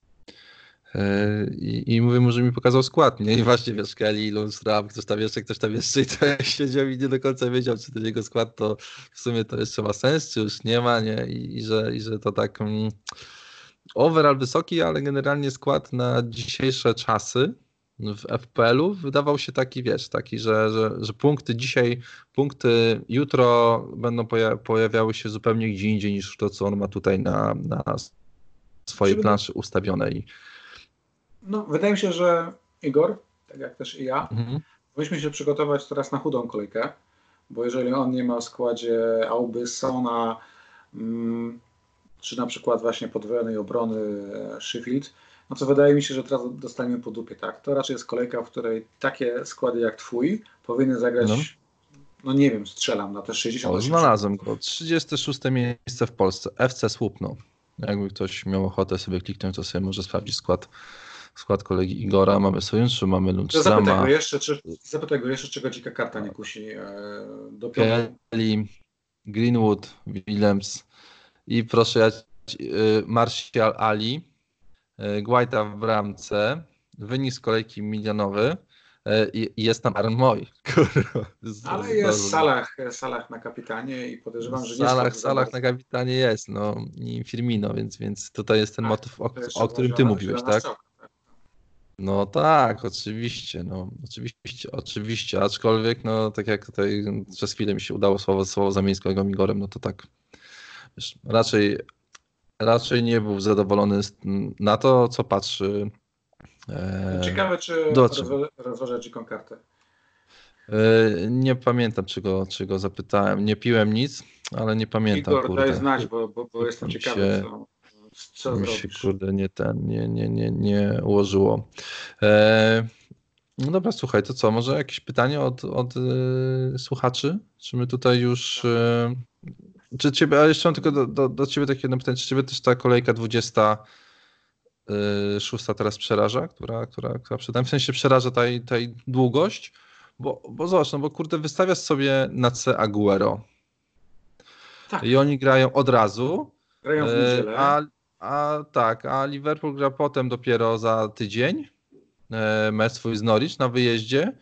I mówię mu, że mi pokazał skład, nie? I właśnie wiesz, Kelly, Lundstram, ktoś tam jeszcze i to jak siedział i nie do końca wiedział, czy ten jego skład to w sumie to jeszcze ma sens, czy już nie ma, nie? I że to tak overall wysoki, ale generalnie skład na dzisiejsze czasy w FPL-u wydawał się taki, że punkty jutro będą pojawiały się zupełnie gdzie indziej niż to, co on ma tutaj na swojej planszy ustawionej. No, wydaje mi się, że Igor, tak jak też i ja, powinniśmy się przygotować teraz na chudą kolejkę, bo jeżeli on nie ma w składzie Auby, Sona, czy na przykład właśnie podwojonej obrony Sheffield, no to wydaje mi się, że teraz dostaniemy po dupie, tak? To raczej jest kolejka, w której takie składy jak twój powinny zagrać, no nie wiem, strzelam na te 60. Znalazłem go. 36 miejsce w Polsce. FC Słupno. Jakby ktoś miał ochotę sobie kliknąć, to sobie może sprawdzić skład kolegi Igora. Mamy Sojuszy, mamy Lundstrama. Zapytaj go jeszcze, czego dzika karta nie kusi do Kelly, Greenwood, Willems i proszę Martial Ali, Guaita w bramce, wynik z kolejki milionowy i jest tam Aaron Moy. Ale jest Salah na kapitanie i podejrzewam, że nie Salah na kapitanie jest, no i Firmino, więc tutaj jest ten motyw, o którym ty mówiłeś, tak? No tak, oczywiście, aczkolwiek no tak jak tutaj przez chwilę mi się udało słowo zamienić z kolegą Igorem, no to tak, wiesz, raczej nie był zadowolony na to, co patrzy. Ciekawe, czy rozważa dziką kartę. Nie pamiętam, czy go zapytałem. Nie piłem nic, ale nie pamiętam. Igor, daj znać, bo jestem ciekawy, co mi zrobisz. się, kurde, nie ułożyło. No dobra, słuchaj, to co? Może jakieś pytanie od słuchaczy? Czy my tutaj już... Czy ciebie, a jeszcze mam tylko do ciebie takie jedno pytanie, czy ciebie też ta kolejka 26 teraz przeraża, która przed nami, w sensie przeraża tej długość? Bo zobacz, no bo kurde, wystawiasz sobie na C Aguero. Tak. I oni grają od razu. Grają w niedzielę. A Liverpool gra potem dopiero za tydzień. Mecz swój z Norwich na wyjeździe.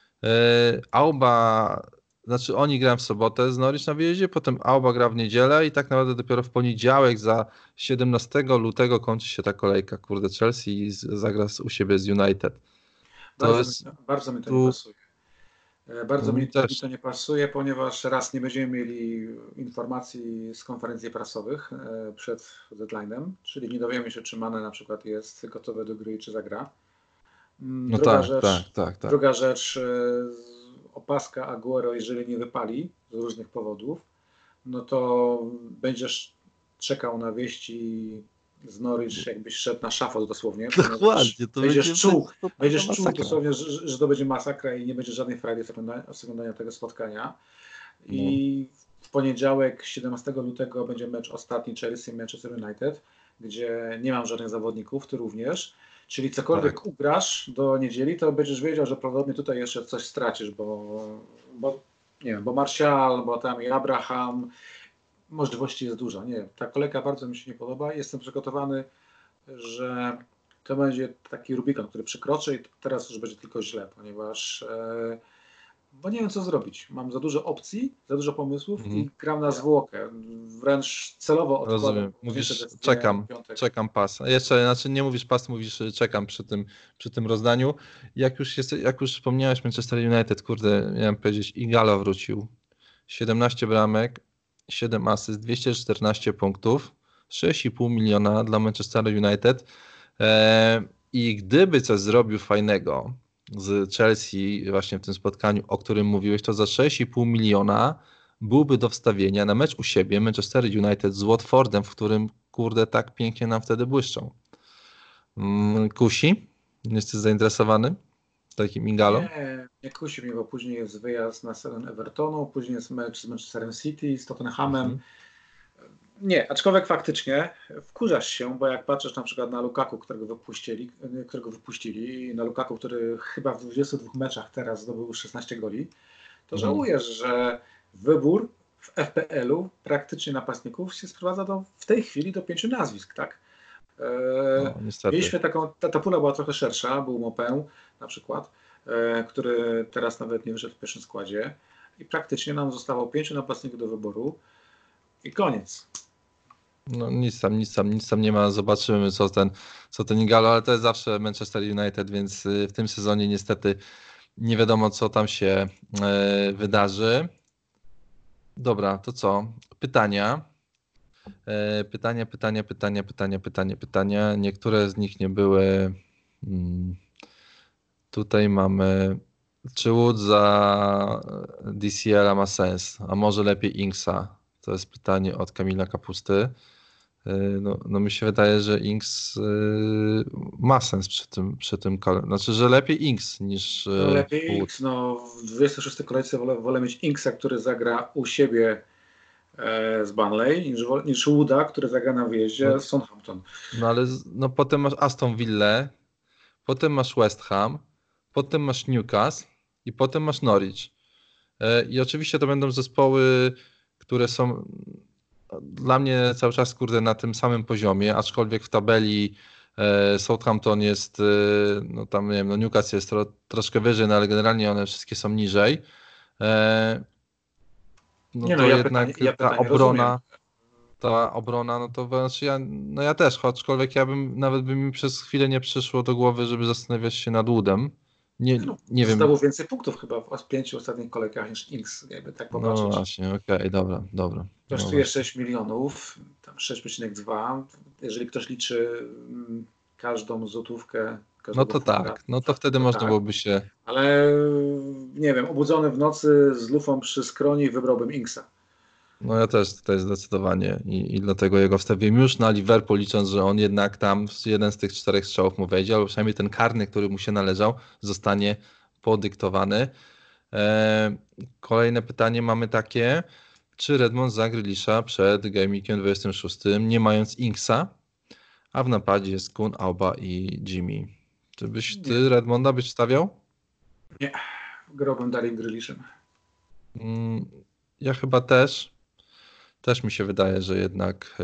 Znaczy oni grają w sobotę z Norwich na wyjeździe, potem Auba gra w niedzielę i tak naprawdę dopiero w poniedziałek za 17 lutego kończy się ta kolejka. Kurde, Chelsea zagra u siebie z United. Bardzo mi to nie pasuje. Bardzo mi Też. to nie pasuje, ponieważ raz nie będziemy mieli informacji z konferencji prasowych przed deadline'em, czyli nie dowiemy się, czy Mane na przykład jest gotowy do gry i czy zagra. No Druga tak, tak, rzecz, tak, tak. druga rzecz, opaska Aguero, jeżeli nie wypali z różnych powodów, no to będziesz czekał na wieści z Norwich, jakbyś szedł na szafot dosłownie, ponieważ Dokładnie, to będzie totalna będziesz czuł masakra. dosłownie, że to będzie masakra i nie będzie żadnej frajdy z oglądania tego spotkania. No, I w poniedziałek, 17 lutego, będzie mecz ostatni Chelsea-Manchester United, gdzie nie mam żadnych zawodników, ty również. Czyli tak. cokolwiek ugrasz do niedzieli, to będziesz wiedział, że prawdopodobnie tutaj jeszcze coś stracisz, bo nie wiem, bo Martial, bo tam i Abraham, możliwości jest dużo. Nie wiem, ta kolejka bardzo mi się nie podoba. Jestem przygotowany, że to będzie taki Rubikon, który przekroczy i teraz już będzie tylko źle, ponieważ bo nie wiem, co zrobić. Mam za dużo opcji, za dużo pomysłów Mhm. i gram na zwłokę. Wręcz celowo odkładam Rozumiem. ważniejsze Mówisz decyzje na czekam, piątek. czekam pas. A jeszcze, znaczy nie mówisz pas, mówisz czekam przy tym rozdaniu. Jak już wspomniałeś Manchester United, kurde, miałem powiedzieć, Igalo wrócił. 17 bramek, 7 asyst, 214 punktów, 6,5 miliona dla Manchester United. I gdyby coś zrobił fajnego z Chelsea właśnie w tym spotkaniu, o którym mówiłeś, to za 6,5 miliona byłby do wstawienia na mecz u siebie Manchester United z Watfordem, w którym kurde tak pięknie nam wtedy błyszczą. Kusi? Jesteś zainteresowany takim Igalo? Nie kusi mnie, bo później jest wyjazd na teren Evertonu, później jest mecz z Manchesterem City, z Tottenhamem. Mhm. Nie, aczkolwiek faktycznie wkurzasz się, bo jak patrzysz na przykład na Lukaku, którego wypuścili, i na Lukaku, który chyba w 22 meczach teraz zdobył 16 goli, to Mhm. żałujesz, że wybór w FPL-u praktycznie napastników się sprowadza w tej chwili do 5 nazwisk, tak? No, niestety. Mieliśmy ta pula była trochę szersza, był Mopę na przykład, który teraz nawet nie wyszedł w pierwszym składzie i praktycznie nam zostało 5 napastników do wyboru i koniec. No nic tam nie ma, zobaczymy co ten Igalo, ale to jest zawsze Manchester United, więc w tym sezonie niestety nie wiadomo co tam się wydarzy. Dobra, to co? Pytania. Pytania. Niektóre z nich nie były. mm, Tutaj mamy. Czy Wood za DCL ma sens? A może lepiej Inksa? To jest pytanie od Kamila Kapusty. No mi się wydaje, że Inks ma sens przy tym znaczy, że lepiej Inks niż No lepiej Wood. X, no w 26 kolejce wolę mieć Inksa, który zagra u siebie z Burnley, niż Wooda, który zagra na No, wyjeździe z Southampton. no ale no, potem masz Aston Villę, potem masz West Ham, potem masz Newcastle i potem masz Norwich. I oczywiście to będą zespoły, które są dla mnie cały czas kurde na tym samym poziomie, aczkolwiek w tabeli Southampton jest, no tam nie wiem, no Newcastle jest troszkę wyżej, no ale generalnie one wszystkie są niżej. No Nie no, to jednak ja ta pytanie rozumiem. obrona, no to znaczy ja też, aczkolwiek nawet by mi przez chwilę nie przyszło do głowy, żeby zastanawiać się nad Woodem. Nie, No, nie wiem, zdobył więcej punktów chyba w 5 ostatnich kolejkach niż Inks, jakby tak no popatrzeć. właśnie, okej, dobra, no Kosztuje właśnie. 6 milionów, tam 6,2. Jeżeli ktoś liczy każdą złotówkę, No każdego to funta, tak, no to wtedy to można tak. byłoby się, Ale nie wiem, obudzony w nocy z lufą przy skroni wybrałbym Inksa. no ja też tutaj zdecydowanie i dlatego jego wstawiłem już na Liverpool, licząc, że on jednak tam jeden z tych 4 strzałów mu wejdzie, albo przynajmniej ten karny, który mu się należał, zostanie podyktowany. Kolejne pytanie mamy takie, czy Redmond zagra Grealisha przed Gameweekiem 26, nie mając Inksa, a w napadzie jest Kun, Auba i Jimmy. Czy Nie, ty Redmonda byś stawiał? nie. Grałbym dalej Grealishem. Mm, Ja chyba też. Też mi się wydaje, że jednak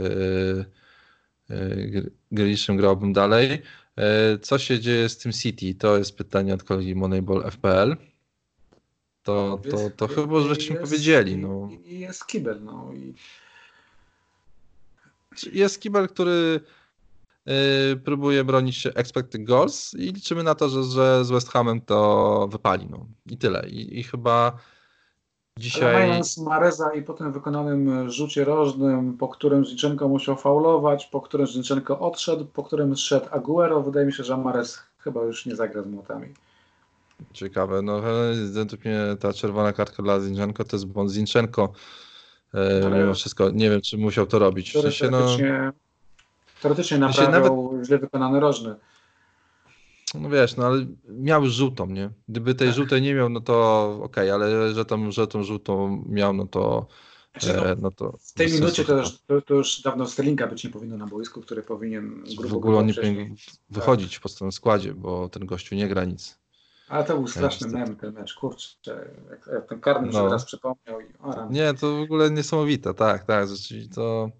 Grealishem grałbym dalej. Co się dzieje z tym City? To jest pytanie od kolegi Moneyball FPL. To, O, to, to chyba żeśmy powiedzieli. No. jest kibel. No, Jest kibel, który próbuje bronić się expected goals i liczymy na to, że z West Hamem to wypali. No. I tyle. I chyba dzisiaj... Ale mając Mareza i po tym wykonanym rzucie rożnym, po którym Zinchenko musiał faulować, po którym Zinchenko odszedł, po którym zszedł Aguero, wydaje mi się, że Marez chyba już nie zagra z młotami. Ciekawe, no według mnie ta czerwona kartka dla Zinchenko to jest błąd Zinchenko. Mimo wszystko nie wiem, czy musiał to robić. W sensie, teoretycznie naprawiał źle wykonany rożny. No wiesz, no ale miał już żółtą, nie? Gdyby tej żółtej nie miał, no to okej, ale że tą żółtą miał, no to... w tej minucie to już dawno Sterlinga być nie powinno na boisku, który powinien w ogóle on nie powinien wychodzić po tym składzie, bo ten gościu nie gra nic. Ale to był straszny mem ten mecz, kurczę, jak ten karny sobie raz przypomniał. Nie, to w ogóle niesamowite, tak, rzeczywiście to...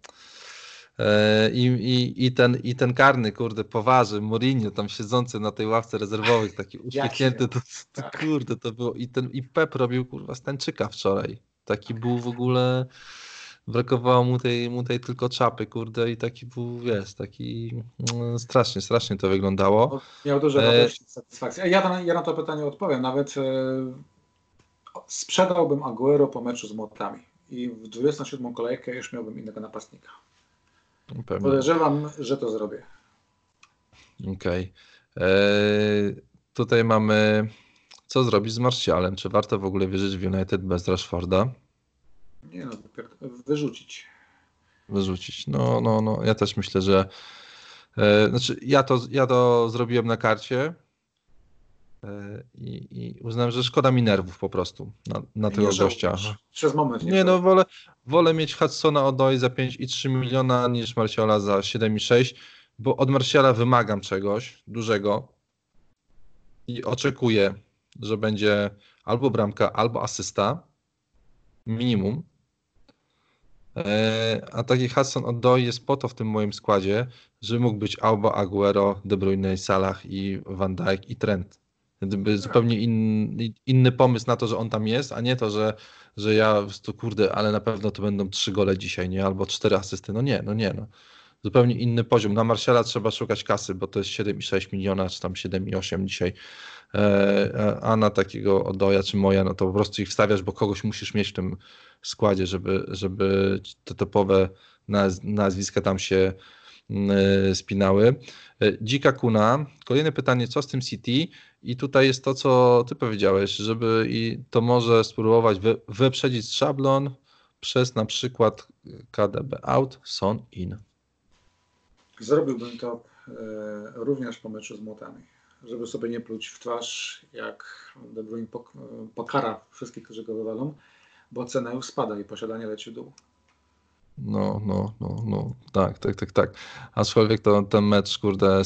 I ten karny, kurde, poważy, Mourinho tam siedzący na tej ławce rezerwowych, taki uśmiechnięty, to kurde, to było. I Pep robił, kurwa, Stańczyka wczoraj. Taki był w ogóle, brakowało mu tej tylko czapy, kurde, i taki był, wiesz, taki strasznie to wyglądało. Miał dużo radości, satysfakcji. Ja na to pytanie odpowiem, nawet sprzedałbym Aguero po meczu z Młotami i w 27. kolejkę już miałbym innego napastnika. Pewnie. Podejrzewam, że to zrobię. Okej. Tutaj mamy, co zrobić z Martialem? Czy warto w ogóle wierzyć w United bez Rashforda? Nie no, wyrzucić. Wyrzucić. No. Ja też myślę, że znaczy ja to zrobiłem na karcie i uznałem, że szkoda mi nerwów po prostu na tego gościa. Przez moment. Nie no, wolę mieć Hudsona Odoi za 5,3 miliona niż Martiala za 7,6, bo od Martiala wymagam czegoś dużego i oczekuję, że będzie albo bramka, albo asysta minimum. A taki Hudson Odoi jest po to w tym moim składzie, że mógł być albo Aguero, De Bruyne, Salah i Van Dijk i Trent. Gdyby zupełnie inny pomysł na to, że on tam jest, a nie to, że ja to kurde, ale na pewno to będą 3 gole dzisiaj, nie? Albo 4 asysty. No nie. Zupełnie inny poziom. Na Martiala trzeba szukać kasy, bo to jest 7,6 miliona, czy tam 7,8 dzisiaj. A na takiego Odoja czy Moja, no to po prostu ich wstawiasz, bo kogoś musisz mieć w tym składzie, żeby te topowe nazwiska tam się spinały. Dzika Kuna. Kolejne pytanie, co z tym City? I tutaj jest to, co ty powiedziałeś, żeby i to może spróbować wyprzedzić szablon przez na przykład KDB out, Son in. Zrobiłbym to również po meczu z Młotami, żeby sobie nie pluć w twarz, jak De Bruyne pokara wszystkich, którzy go wywalą, bo cena już spada i posiadanie leci w dół. No. Tak. Aczkolwiek to ten mecz, kurde,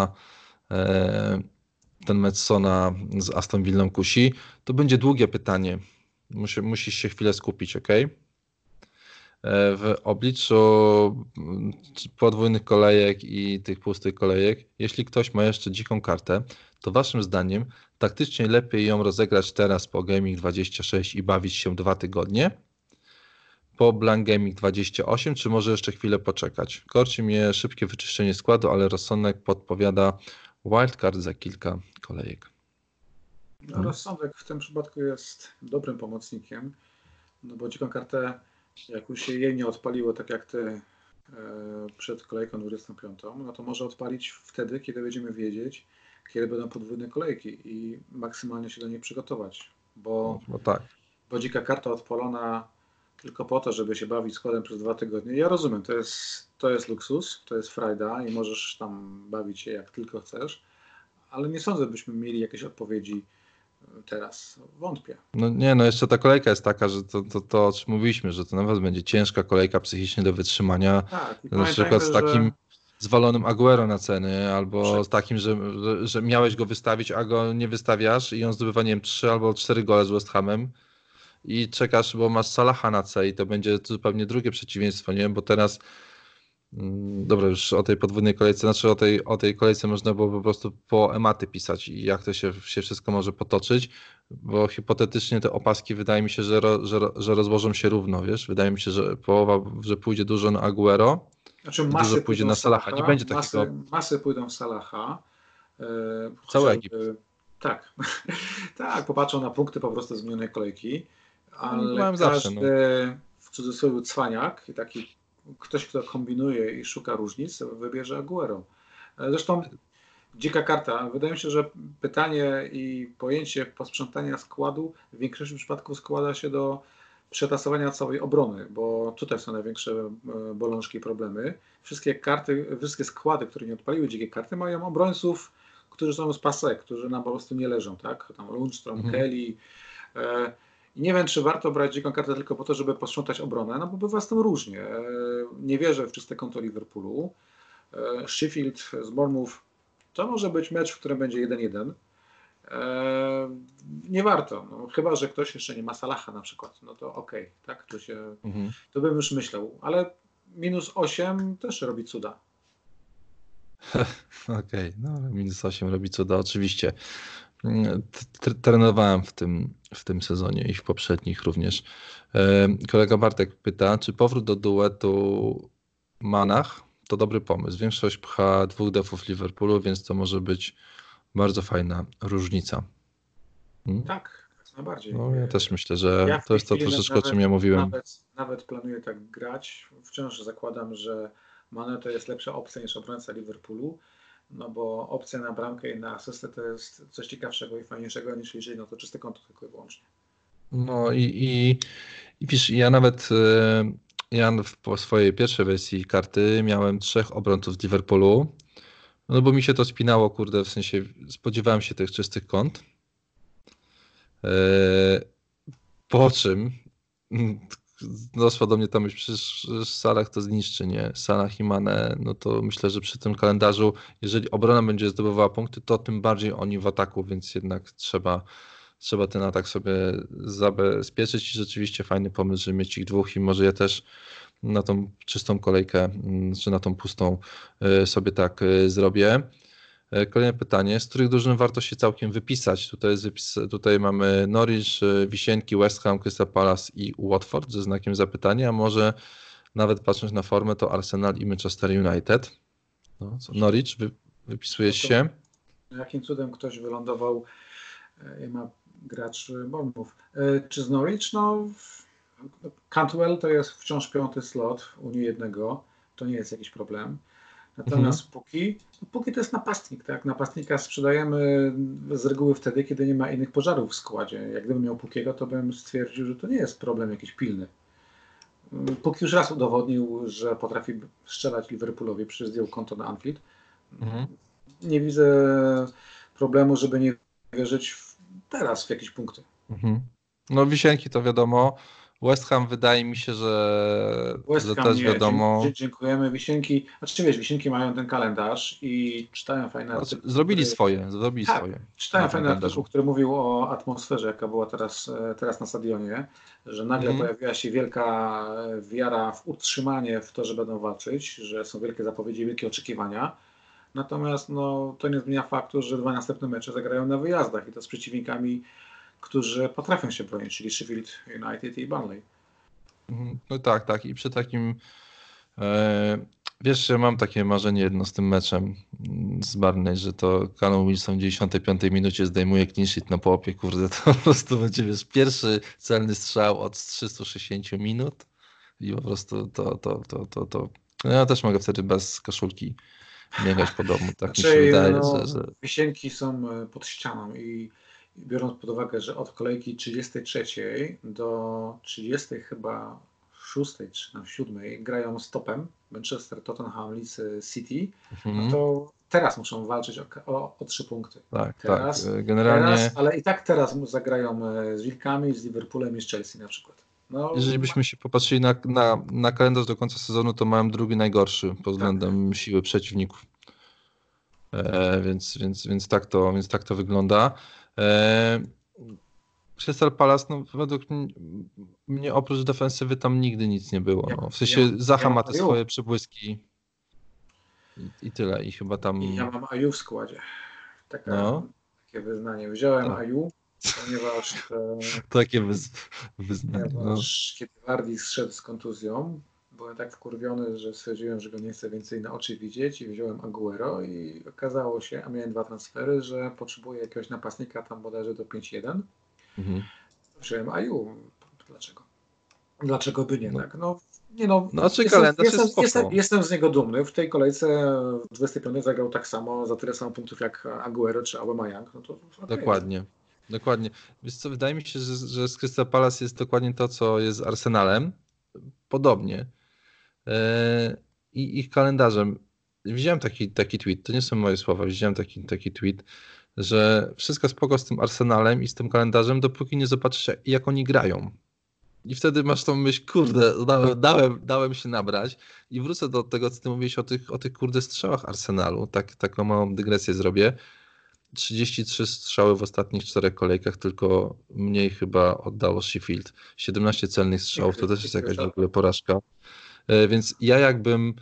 ten mecz Sona z Aston Villą kusi. To będzie długie pytanie. Musisz się chwilę skupić, ok? W obliczu podwójnych kolejek i tych pustych kolejek, jeśli ktoś ma jeszcze dziką kartę, to waszym zdaniem taktycznie lepiej ją rozegrać teraz po Gaming 26 i bawić się 2 tygodnie? Po Blank Gaming 28, czy może jeszcze chwilę poczekać? Korci mnie szybkie wyczyszczenie składu, ale rozsądek podpowiada wildcard za kilka kolejek. No, rozsądek w tym przypadku jest dobrym pomocnikiem, no bo dziką kartę, jak już się jej nie odpaliło, tak jak ty przed kolejką 25, no to może odpalić wtedy, kiedy będziemy wiedzieć, kiedy będą podwójne kolejki i maksymalnie się do nich przygotować, bo dzika karta odpalona tylko po to, żeby się bawić składem przez 2 tygodnie. Ja rozumiem, to jest luksus, to jest frajda i możesz tam bawić się jak tylko chcesz, ale nie sądzę, byśmy mieli jakieś odpowiedzi teraz. Wątpię. No jeszcze ta kolejka jest taka, że to o czym mówiliśmy, że to nawet będzie ciężka kolejka psychicznie do wytrzymania. Tak, na przykład z takim zwalonym Aguero na ceny, albo z takim, że miałeś go wystawić, a go nie wystawiasz i on zdobywa, nie wiem, 3 albo 4 gole z West Hamem i czekasz, bo masz Salaha na C i to będzie zupełnie drugie przeciwieństwo, nie? Bo teraz dobra, już o tej podwójnej kolejce, znaczy o tej kolejce można było po prostu po ematy pisać i jak to się wszystko może potoczyć, bo hipotetycznie te opaski wydaje mi się, że rozłożą się równo, wiesz? Wydaje mi się, że połowa, że pójdzie dużo na Aguero, Znaczy I dużo masy pójdzie pójdą na w Salaha. Nie będzie takiego... masy pójdą w Salaha. Cały Egipt. Tak, tak, popatrzą na punkty po prostu z minionej kolejki, Oni to ale mają zawsze, no. każdy w cudzysłowie cwaniak, taki ktoś, kto kombinuje i szuka różnic, wybierze Aguero. Zresztą dzika karta. Wydaje mi się, że pytanie i pojęcie posprzątania składu w większości przypadków składa się do przetasowania całej obrony, bo tutaj są największe bolączki i problemy. Wszystkie składy, które nie odpaliły dzikiej karty, mają obrońców, którzy są z passé, którzy nam po prostu nie leżą, tak? Tam Lundstrom, Kelly. I nie wiem, czy warto brać dziką kartę tylko po to, żeby posprzątać obronę, no bo bywa z tym różnie. Nie wierzę w czyste konto Liverpoolu. Sheffield z Bournemouth to może być mecz, w którym będzie 1-1. Nie warto, no, chyba że ktoś jeszcze nie ma Salaha na przykład, no to okej, tak, to bym już myślał, ale -8 też robi cuda. Okej, no -8 robi cuda, oczywiście. Trenowałem w tym sezonie i w poprzednich również. Kolega Bartek pyta, czy powrót do duetu Manach to dobry pomysł. Większość pcha 2 defów Liverpoolu, więc to może być bardzo fajna różnica. Tak, najbardziej. No, ja też myślę, że ja w to tej jest to chwili troszeczkę, o czym ja mówiłem. Nawet planuję tak grać. Wciąż zakładam, że Mane to jest lepsza opcja niż obrońca Liverpoolu, no bo opcja na bramkę i na asystę to jest coś ciekawszego i fajniejszego niż liczenie na to czyste konto tylko i wyłącznie. No i wiesz, ja po swojej pierwszej wersji karty miałem 3 obrońców z Liverpoolu, no bo mi się to spinało, kurde, w sensie spodziewałem się tych czystych kąt. Po czym doszła do mnie ta myśl, przecież Salah to zniszczy, nie? Salah i Mane, no to myślę, że przy tym kalendarzu, jeżeli obrona będzie zdobywała punkty, to tym bardziej oni w ataku, więc jednak trzeba ten atak sobie zabezpieczyć i rzeczywiście fajny pomysł, żeby mieć ich 2 i może ja też na tą czystą kolejkę, czy na tą pustą sobie tak zrobię. Kolejne pytanie, z których drużyn warto się całkiem wypisać? Tutaj mamy Norwich, Wisienki, West Ham, Crystal Palace i Watford ze znakiem zapytania, a może nawet patrząc na formę to Arsenal i Manchester United. No, Norwich, wypisujesz się? Jakim cudem ktoś wylądował i ma gracz Bournemouth. Czy z Norwich? No, Cantwell to jest wciąż 5. slot Unii jednego, to nie jest jakiś problem. Natomiast Puki to jest napastnik, tak? Napastnika sprzedajemy z reguły wtedy, kiedy nie ma innych pożarów w składzie. Jak gdybym miał Pukiego, to bym stwierdził, że to nie jest problem jakiś pilny. Puki już raz udowodnił, że potrafi strzelać Liverpoolowi, przecież zdjął konto na Anfield. Nie widzę problemu, żeby nie wierzyć teraz w jakieś punkty. No Wisienki to wiadomo. West Ham wydaje mi się, że też wiadomo. Dziękujemy. Wisienki, znaczy wiesz, Wisienki mają ten kalendarz i czytałem fajny artykuł. Zrobili swoje. Czytałem fajny artykuł, który mówił o atmosferze, jaka była teraz na stadionie, że nagle pojawiła się wielka wiara w utrzymanie, w to, że będą walczyć, że są wielkie zapowiedzi, wielkie oczekiwania. Natomiast no, to nie zmienia faktu, że 2 następne mecze zagrają na wyjazdach i to z przeciwnikami, którzy potrafią się bronić, czyli Sheffield United i Burnley. No tak. I przy takim, wiesz, że mam takie marzenie jedno z tym meczem z Burnley, że to Callum Wilson w 95 minucie zdejmuje clean sheet na połopie, kurde, to po prostu będzie, wiesz, pierwszy celny strzał od 360 minut i po prostu to. Ja też mogę wtedy bez koszulki biegać po domu, tak mi się wydaje, że... Wisienki są pod ścianą i biorąc pod uwagę, że od kolejki 33 do 30 chyba 6 czy 7 grają stopem Manchester, Tottenham, Leeds City, no to teraz muszą walczyć o 3 punkty. Tak, generalnie... ale i tak teraz zagrają z Wilkami, z Liverpoolem i z Chelsea na przykład. No, jeżeli byśmy się popatrzyli na kalendarz do końca sezonu, to mam drugi najgorszy pod względem siły przeciwników. Więc tak to wygląda. Crystal Palace, no według mnie oprócz defensywy tam nigdy nic nie było. No. W sensie Zaha ma te swoje przebłyski i tyle. I chyba tam... Ja mam Aju w składzie. Takie wyznanie. Wziąłem Aju, ponieważ... Takie wyznanie. Ponieważ kiedy Vardy zszedł z kontuzją, byłem tak wkurwiony, że stwierdziłem, że go nie chcę więcej na oczy widzieć i wziąłem Aguero i okazało się, a miałem 2 transfery, że potrzebuję jakiegoś napastnika tam bodajże do 5-1. Wziąłem Aju. Dlaczego? Dlaczego by nie, No, tak? No, nie no, znaczy kalendarz jest spoko. jestem z niego dumny. W tej kolejce w 25 zagrał tak samo, za tyle samo punktów jak Aguero czy Aubameyang. No to okay. Dokładnie. Wiesz co, wydaje mi się, że z Crystal Palace jest dokładnie to, co jest z Arsenalem. Podobnie. I ich kalendarzem. Widziałem taki tweet, to nie są moje słowa, widziałem taki tweet, że wszystko spoko z tym Arsenalem i z tym kalendarzem, dopóki nie zobaczysz, jak oni grają. I wtedy masz tą myśl, kurde, dałem się nabrać i wrócę do tego, co ty mówiłeś o tych kurde strzałach Arsenalu. Taką małą dygresję zrobię. 33 strzały w ostatnich 4 kolejkach, tylko mniej chyba oddało Sheffield. 17 celnych strzałów, to też jest jakaś w ogóle porażka. Więc ja jakbym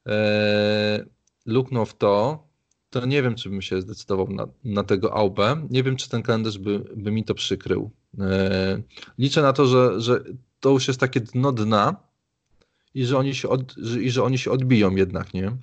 luknął w to nie wiem, czy bym się zdecydował na tego Aubę. Nie wiem, czy ten kalendarz by mi to przykrył. Liczę na to, że to już jest takie dno dna i że oni się odbiją jednak, nie?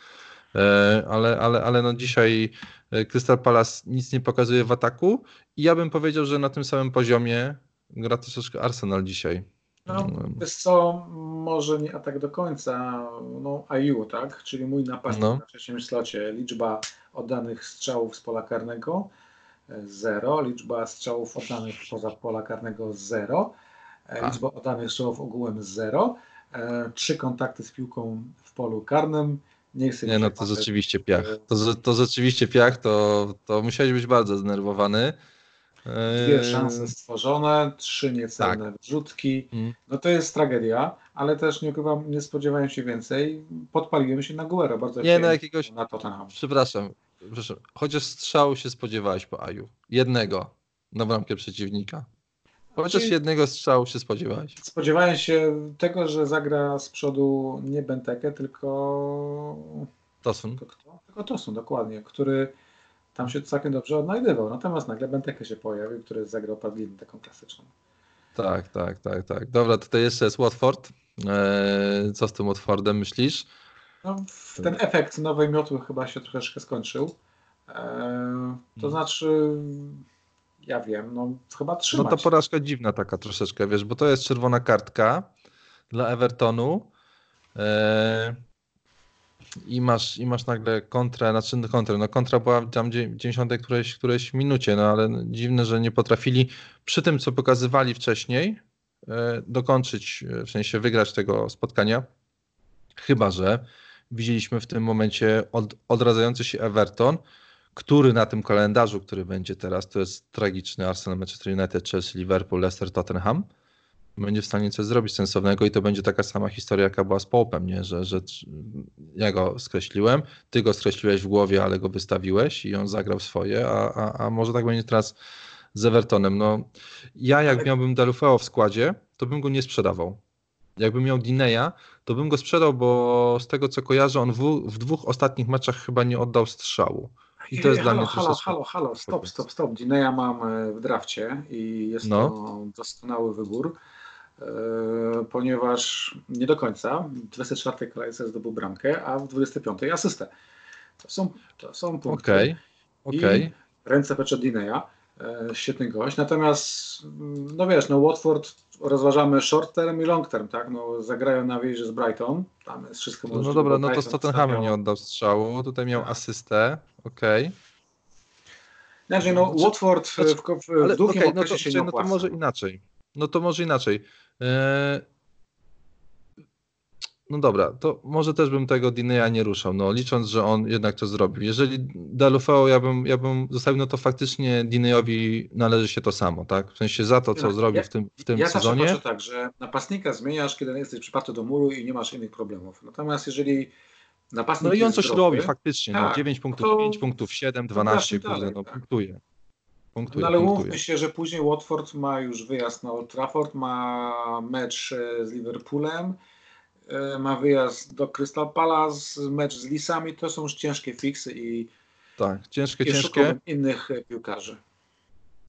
Ale no dzisiaj Crystal Palace nic nie pokazuje w ataku i ja bym powiedział, że na tym samym poziomie gra troszeczkę Arsenal dzisiaj. No, wiesz co, może nie atak do końca, no Aju, tak? Czyli mój napastnik na trzecim slocie. Liczba oddanych strzałów z pola karnego 0, liczba strzałów oddanych poza pola karnego 0, liczba oddanych strzałów ogółem 0, 3 kontakty z piłką w polu karnym. Nie, no to rzeczywiście piach. To rzeczywiście piach, to musiałeś być bardzo zdenerwowany. 2 szanse stworzone, 3 niecelne wrzutki. No to jest tragedia, ale też nie ukrywam, nie spodziewałem się więcej. Podpaliłem się na Aguero. Bardzo nie, no jakiegoś. Na Tottenham. Przepraszam. Chociaż strzału się spodziewałeś po Aju. Jednego na bramkę przeciwnika. Chociaż jednego strzału się spodziewałeś. Spodziewałem się tego, że zagra z przodu nie Benteke, tylko Tosun. Tylko Tosun, dokładnie, który tam się całkiem dobrze odnajdywał. Natomiast nagle Benteke się pojawił, który zagrał padlinę taką klasyczną. Tak. Dobra, tutaj jeszcze jest Watford. Co z tym Watfordem myślisz? No, ten efekt nowej miotły chyba się troszeczkę skończył. To znaczy, ja wiem, no chyba trzymać. No to porażka dziwna taka troszeczkę, wiesz, bo to jest czerwona kartka dla Evertonu. I masz nagle kontrę. No kontra była tam w 90 którejś minucie, no ale dziwne, że nie potrafili przy tym, co pokazywali wcześniej, dokończyć, w sensie wygrać tego spotkania. Chyba że widzieliśmy w tym momencie odradzający się Everton, który na tym kalendarzu, który będzie teraz, to jest tragiczny Arsenal, Manchester United, Chelsea, Liverpool, Leicester, Tottenham, będzie w stanie coś zrobić sensownego i to będzie taka sama historia, jaka była z Połpem, nie? Że ja go skreśliłem, ty go skreśliłeś w głowie, ale go wystawiłeś i on zagrał swoje, a może tak będzie teraz z Evertonem. No, ja jak miałbym Deulofeu w składzie, to bym go nie sprzedawał. Jakbym miał Dineya, to bym go sprzedał, bo z tego co kojarzę, on w 2 ostatnich meczach chyba nie oddał strzału. I to jest dla mnie halo, stop. Dineya mam w drafcie i jest to doskonały wybór, ponieważ nie do końca w 24 kolejce zdobył bramkę, a w 25 asystę. To są punkty. I ręce precz od Dineya. Świetny gość. Natomiast no wiesz, no Watford rozważamy short term i long term, tak? No zagrają na wyjeździe z Brighton. Tam jest wszystko możliwe. No dobra, no to z Tottenhamem nie oddał strzału. Tutaj miał asystę. Znaczy, no Watford w długim okresie się nie opłaca. No to może inaczej. No dobra, to może też bym tego Dineya nie ruszał, no licząc, że on jednak to zrobił. Jeżeli Deulofeu ja bym zostawił, no to faktycznie Dineyowi należy się to samo, tak? W sensie za to, co zrobił w tym sezonie. Ja zawsze patrzę tak, że napastnika zmieniasz, kiedy jesteś przyparty do muru i nie masz innych problemów. Natomiast jeżeli napastnik no i on coś zdrowy, robi faktycznie, no 9 punktów, 5 punktów, 7, 12, kurde, no punktuje. No ale umówmy się, że później Watford ma już wyjazd na Old Trafford, ma mecz z Liverpoolem, ma wyjazd do Crystal Palace, mecz z Lisami, to są już ciężkie fiksy i ciężkie innych piłkarzy.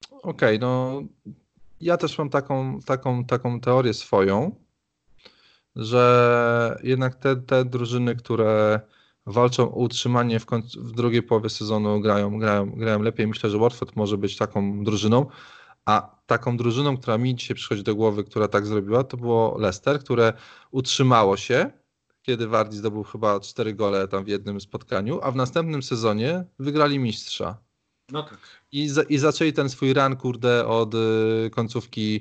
No ja też mam taką teorię swoją, że jednak te drużyny, które walczą o utrzymanie w drugiej połowie sezonu grają lepiej. Myślę, że Watford może być taką drużyną, a taką drużyną, która mi dzisiaj przychodzi do głowy, która tak zrobiła, to było Leicester, które utrzymało się, kiedy Vardy zdobył chyba 4 gole tam w jednym spotkaniu, a w następnym sezonie wygrali mistrza. No tak. I zaczęli ten swój run, kurde, od końcówki,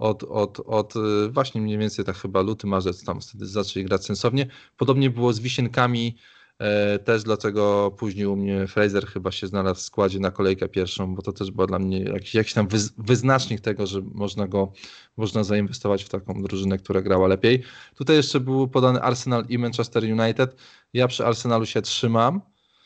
od właśnie mniej więcej tak chyba luty, marzec, tam wtedy zaczęli grać sensownie. Podobnie było z Wisienkami, też dlatego później u mnie Fraser chyba się znalazł w składzie na kolejkę pierwszą, bo to też było dla mnie jakiś tam wyznacznik tego, że można zainwestować w taką drużynę, która grała lepiej. Tutaj jeszcze był podany Arsenal i Manchester United. Ja przy Arsenalu się trzymam.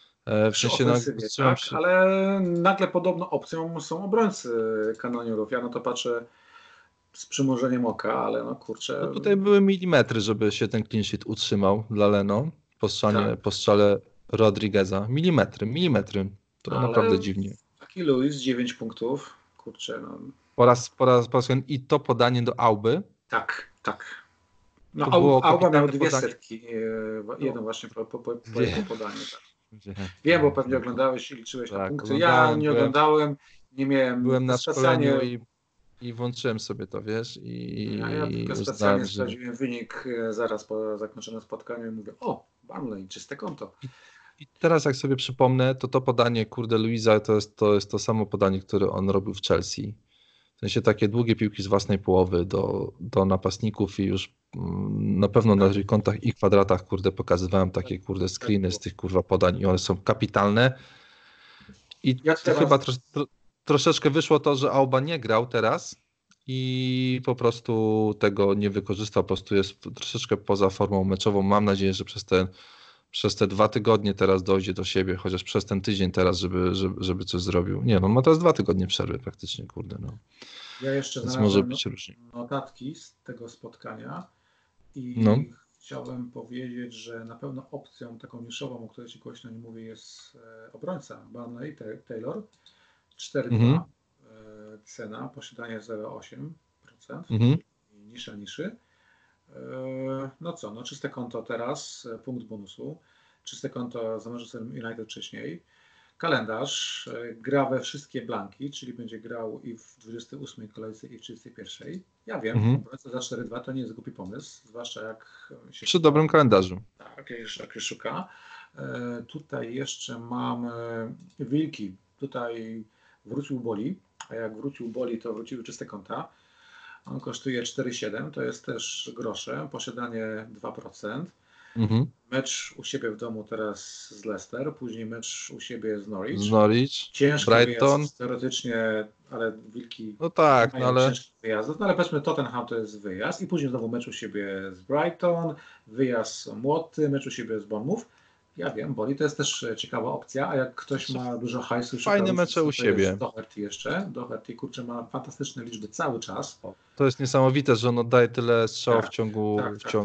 W Przy sensie ofensywie, tak, się. ale nagle podobno opcją są obrońcy kanonierów. Ja na to patrzę z przymrużeniem oka, ale no kurczę. No tutaj były milimetry, żeby się ten clean sheet utrzymał dla Leno po strzale Rodrigueza. Milimetry. To naprawdę Ale dziwnie. taki Luis, 9 punktów. Kurczę, no. Po raz i to podanie do Auby. Tak. No, To było Auba miał kapitalne 2 podanie. setki. Jedno właśnie po jego podaniu. Tak. Wiem. Wiem, bo pewnie oglądałeś i liczyłeś na Tak, punkty. Ja nie oglądałem, nie miałem. Byłem na specjalnie, szkoleniu i włączyłem sobie to, wiesz, ja tylko uznałem, specjalnie że... sprawdziłem wynik zaraz po zakończonym spotkaniu i mówię, o, Burnley, czyste konto. I teraz jak sobie przypomnę, to podanie, kurde, Luisa to jest to samo podanie, które on robił w Chelsea. W sensie takie długie piłki z własnej połowy do napastników i już na pewno na trójkątach i kwadratach, kurde, pokazywałem takie, kurde, screeny z tych, kurwa, podań i one są kapitalne. I to chyba troszeczkę wyszło to, że Auba nie grał teraz i po prostu tego nie wykorzystał, po prostu jest troszeczkę poza formą meczową. Mam nadzieję, że przez te 2 tygodnie teraz dojdzie do siebie, chociaż przez ten tydzień teraz, żeby coś zrobił. Nie, no ma teraz 2 tygodnie przerwy praktycznie, kurde, no. Ja jeszcze Więc znalazłem może być różnie. notatki z tego spotkania i chciałem powiedzieć, że na pewno opcją taką niszową, o której ci głośno nie mówię, jest obrońca Barney Taylor. 4,2 cena, posiadanie 0,8%, nisza niszy. No co, no czyste konto teraz, punkt bonusu, czyste konto za Manchester United wcześniej, kalendarz, gra we wszystkie blanki, czyli będzie grał i w 28 kolejce i w 31. Ja wiem, obrońca za 4,2 to nie jest głupi pomysł, zwłaszcza jak się przy dobrym kalendarzu. Tak, jak się szuka. Tutaj jeszcze mam Wilki, tutaj wrócił Boli, a jak wrócił Boli, to wróciły czyste konta. On kosztuje 4,7, to jest też grosze, posiadanie 2%. Mecz u siebie w domu teraz z Leicester, później mecz u siebie z Norwich. Ciężki Brighton. Wyjazd, teoretycznie, ale Wilki no tak, mają ciężkich wyjazdów. No ale powiedzmy Tottenham to jest wyjazd i później znowu mecz u siebie z Brighton, wyjazd Młoty, mecz u siebie z Bournemouth. Ja wiem, Boli to jest też ciekawa opcja, a jak ktoś ma dużo hajsu, fajne mecze u siebie. Doherty jeszcze. Doherty, kurczę, ma fantastyczne liczby cały czas. To jest niesamowite, że on oddaje tyle strzałów w ciągu.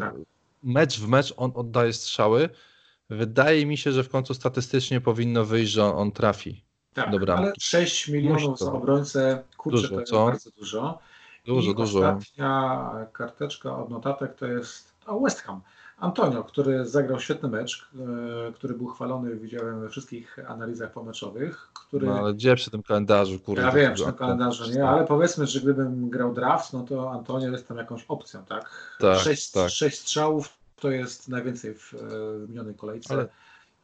Mecz w mecz on oddaje strzały. Wydaje mi się, że w końcu statystycznie powinno wyjść, że on trafi do bramki. Ale 6 milionów za obrońcę, kurczę, to jest bardzo dużo. Ostatnia karteczka od notatek to jest West Ham. Antonio, który zagrał świetny mecz, który był chwalony, widziałem we wszystkich analizach pomeczowych. No ale gdzie przy tym kalendarzu, kurde? Ja wiem, przy tym kalendarzu nie, ale powiedzmy, że gdybym grał draft, no to Antonio jest tam jakąś opcją, tak? 6 strzałów to jest najwięcej w minionej kolejce. Ale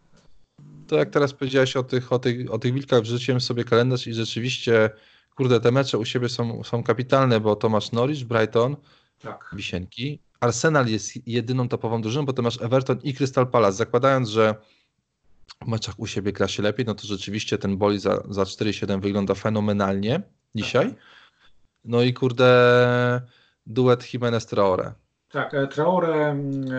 to jak teraz powiedziałeś o tych wilkach, wrzuciłem sobie kalendarz i rzeczywiście, kurde, te mecze u siebie są kapitalne, bo to masz Norwich, Brighton, Wisienki. Arsenal jest jedyną topową drużyną, bo to masz Everton i Crystal Palace. Zakładając, że w meczach u siebie gra się lepiej, no to rzeczywiście ten Boli za 4,7 wygląda fenomenalnie dzisiaj. No i kurde, duet Jimenez-Traore. Tak, Traore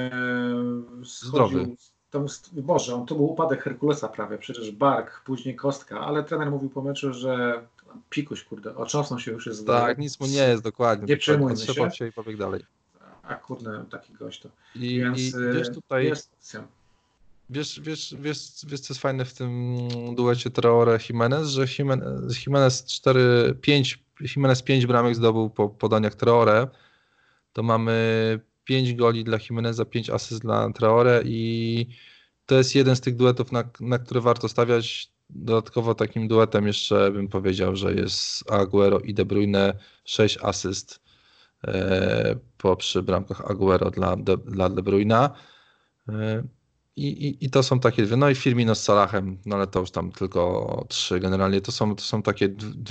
zdrowy. Boże, to był upadek Herkulesa prawie, przecież bark, później kostka, ale trener mówił po meczu, że pikuś, kurde, otrząsnął się już jest. Tak, nic mu nie jest, dokładnie. Nie przejmujmy się i pobiegł dalej. A kurde, taki gość to. Więc wiesz, tutaj jest opcja. Wiesz, co jest fajne w tym duecie Traore-Jimenez, że Jimenez 5 bramek zdobył po podaniach Traore, to mamy 5 goli dla Jimeneza, 5 asyst dla Traore i to jest jeden z tych duetów, na które warto stawiać. Dodatkowo takim duetem jeszcze bym powiedział, że jest Aguero i De Bruyne, 6 asyst przy bramkach Aguero dla De Bruyna. I to są takie dwie. No i Firmino z Salahem, no ale to już tam tylko 3. Generalnie to są takie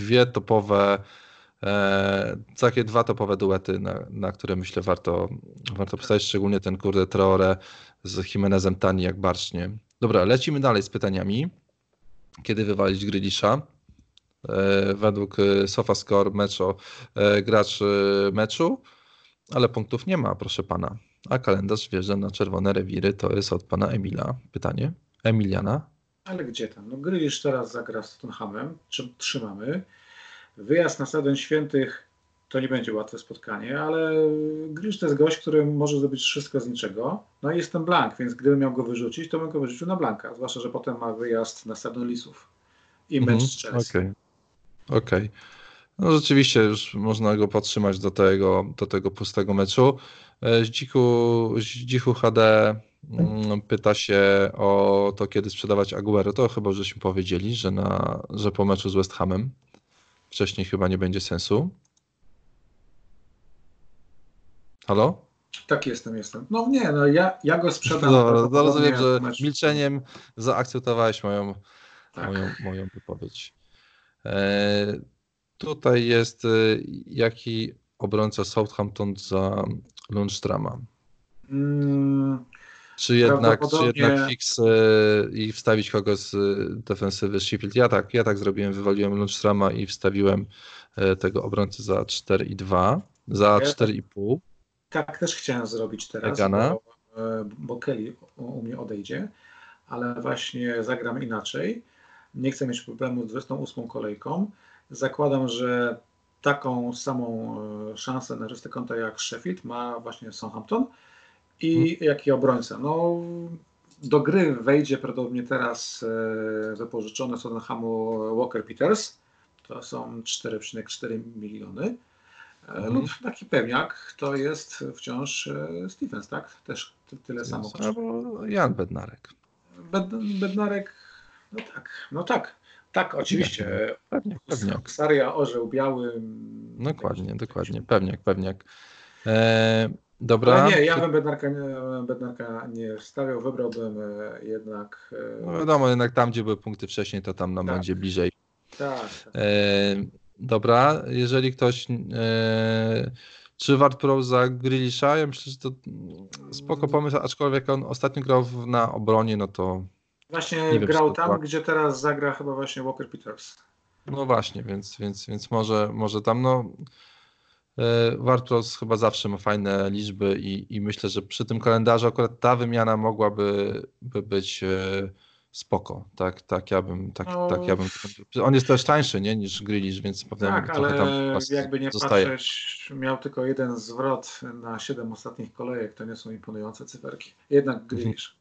takie dwa topowe duety, na które myślę warto postawić, szczególnie ten kurde Traore z Jimenezem tani jak barszcznie. Dobra, lecimy dalej z pytaniami. Kiedy wywalić Grealisha? Według SofaScore gracz meczu, ale punktów nie ma, proszę pana. A kalendarz wjeżdża na czerwone rewiry, to jest od pana Emila. Pytanie? Emiliana? Ale gdzie tam? No Grealish teraz zagra z Tottenhamem, czym trzymamy. Wyjazd na Stadion Świętych to nie będzie łatwe spotkanie, ale Grealish to jest gość, który może zrobić wszystko z niczego. No i jest ten blank, więc gdybym miał go wyrzucić, to bym go wyrzucił na blanka, zwłaszcza, że potem ma wyjazd na Stadion Lisów i mecz z Chelsea. Okej. No rzeczywiście już można go podtrzymać do tego pustego meczu. Zdzichu HD pyta się o to, kiedy sprzedawać Aguero. To chyba już żeśmy powiedzieli, że po meczu z West Hamem. Wcześniej chyba nie będzie sensu. Halo? Tak, jestem. No nie, no ja go sprzedam. Dobra, rozumiem, że milczeniem zaakceptowałeś moją wypowiedź. Tutaj jest jaki obrońca Southampton za Lundstrama? Czy jednak fix i wstawić kogoś z defensywy Sheffield? Ja tak zrobiłem, wywaliłem Lundstrama i wstawiłem tego obrońcę za 4,2, za 4,5. Tak też chciałem zrobić teraz, bo Kelly u mnie odejdzie, ale właśnie zagram inaczej. Nie chcę mieć problemu z 28 kolejką. Zakładam, że taką samą szansę na czyste konto jak Sheffield ma właśnie Southampton i jaki obrońca. No, do gry wejdzie prawdopodobnie teraz wypożyczony z Tottenhamu Walker Peters. To są 4,4 miliony. Lub taki pewniak to jest wciąż Stephens, tak? Też tyle samo. Albo Jan Bednarek. Bednarek, tak, oczywiście. Pewniak. Saria orzeł biały. Dokładnie. Pewniak. Dobra. Ale nie, ja bym Bednarka nie stawiał, wybrałbym jednak... No wiadomo, jednak tam, gdzie były punkty wcześniej, to tam nam będzie bliżej. Tak. Dobra, jeżeli ktoś... Czy Ward Pro za Grealisha? Ja myślę, że to spoko pomysł, aczkolwiek on ostatnio grał na obronie, no to... Właśnie grał tam, gdzie teraz zagra chyba właśnie Walker Peters. No właśnie, więc może tam, no... WordPress chyba zawsze ma fajne liczby i myślę, że przy tym kalendarzu akurat ta wymiana mogłaby być spoko. Tak ja bym. On jest też tańszy, nie, niż Grealish, więc pewnie tak, trochę tam jakby nie zostaje. patrzeć, miał tylko jeden zwrot na 7 ostatnich kolejek, to nie są imponujące cyferki. Jednak Grealish.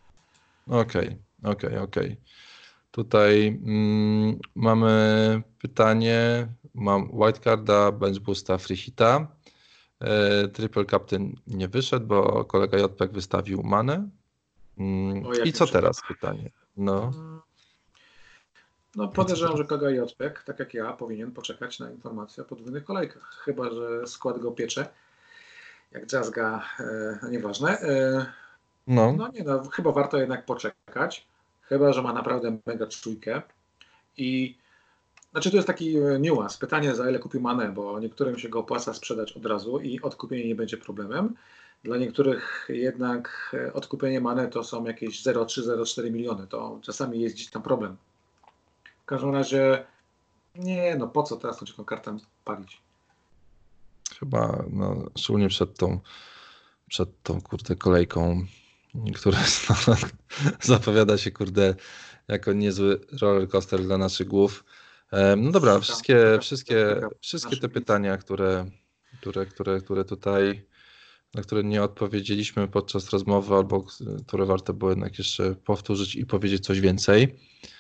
Okej. Tutaj mamy pytanie. Mam wildcarda, bench boosta, free hita. Triple captain nie wyszedł, bo kolega JPEG wystawił manę. I co teraz pytanie? No podejrzewam, że kolega JPEG, tak jak ja, powinien poczekać na informację o podwójnych kolejkach. Chyba że skład go piecze. Jak Jazzga, nieważne. Chyba warto jednak poczekać. Chyba że ma naprawdę mega czujkę. Znaczy to jest taki niuans. Pytanie, za ile kupił Mané, bo niektórym się go opłaca sprzedać od razu i odkupienie nie będzie problemem. Dla niektórych jednak odkupienie Mané to są jakieś 0,3-0,4 miliony. To czasami jest gdzieś tam problem. W każdym razie po co teraz taką kartę palić? Chyba, szczególnie przed tą kolejką, która zapowiada się jako niezły roller dla naszych głów. No dobra, wszystkie te pytania, które tutaj, na które nie odpowiedzieliśmy podczas rozmowy, albo które warto było jednak jeszcze powtórzyć i powiedzieć coś więcej.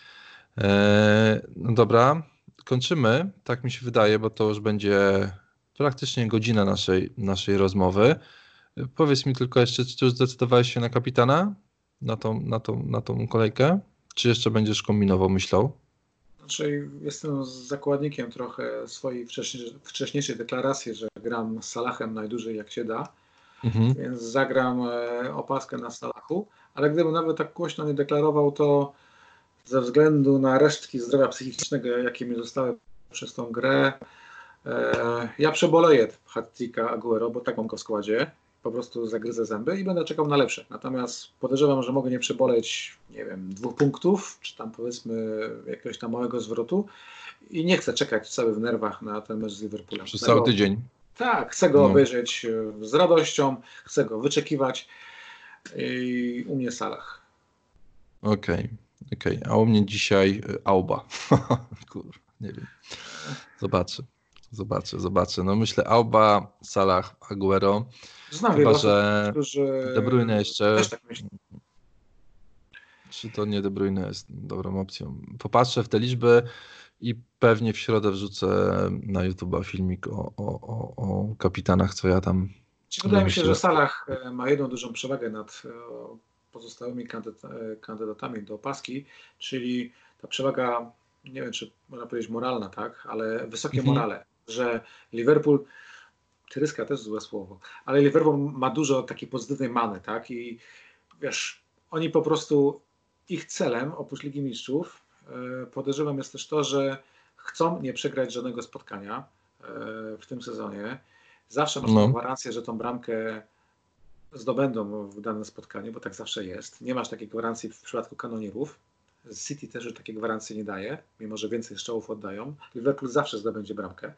No dobra, kończymy, tak mi się wydaje, bo to już będzie praktycznie godzina naszej rozmowy. Powiedz mi tylko jeszcze, czy już zdecydowałeś się na kapitana? Na tą kolejkę? Czy jeszcze będziesz kombinował, myślał? Znaczy, jestem zakładnikiem trochę swojej wcześniejszej deklaracji, że gram z Salahem najdłużej jak się da, więc zagram opaskę na Salachu, ale gdybym nawet tak głośno nie deklarował, to ze względu na resztki zdrowia psychicznego, jakie mi zostały przez tą grę, ja przeboleję hat-tricka Aguero, bo tak mam go w składzie. Po prostu zagryzę zęby i będę czekał na lepsze. Natomiast podejrzewam, że mogę nie przeboleć, nie wiem, 2 punktów, czy tam powiedzmy jakiegoś tam małego zwrotu i nie chcę czekać cały w nerwach na ten mecz z Liverpoolem. Przez cały tydzień. Tak, chcę go obejrzeć z radością, chcę go wyczekiwać i u mnie Salah. Okej. A u mnie dzisiaj Auba. Kurwa, nie wiem. Zobaczę. No myślę Auba, Salah, Aguero. Znam Chyba, wiele że osób, którzy De Bruyne jeszcze. też tak myślą. Czy to nie De Bruyne jest dobrą opcją? Popatrzę w te liczby i pewnie w środę wrzucę na YouTube'a filmik o kapitanach, co ja tam Wydaje mi się, że Salah ma jedną dużą przewagę nad pozostałymi kandydatami do opaski, czyli ta przewaga, nie wiem, czy można powiedzieć moralna, tak, ale wysokie morale, że Liverpool, tryska też złe słowo, ale Liverpool ma dużo takiej pozytywnej many, tak, i wiesz, oni po prostu, ich celem, oprócz Ligi Mistrzów, podejrzewam jest też to, że chcą nie przegrać żadnego spotkania w tym sezonie. Zawsze masz gwarancję, że tą bramkę zdobędą w danym spotkaniu, bo tak zawsze jest. Nie masz takiej gwarancji w przypadku kanonierów. City też już takiej gwarancji nie daje, mimo że więcej strzałów oddają. Liverpool zawsze zdobędzie bramkę.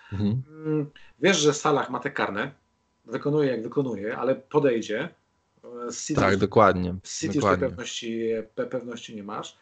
Wiesz, że Salah ma te karne, wykonuje jak wykonuje, ale podejdzie. City tak, dokładnie. City już tej pewności nie masz.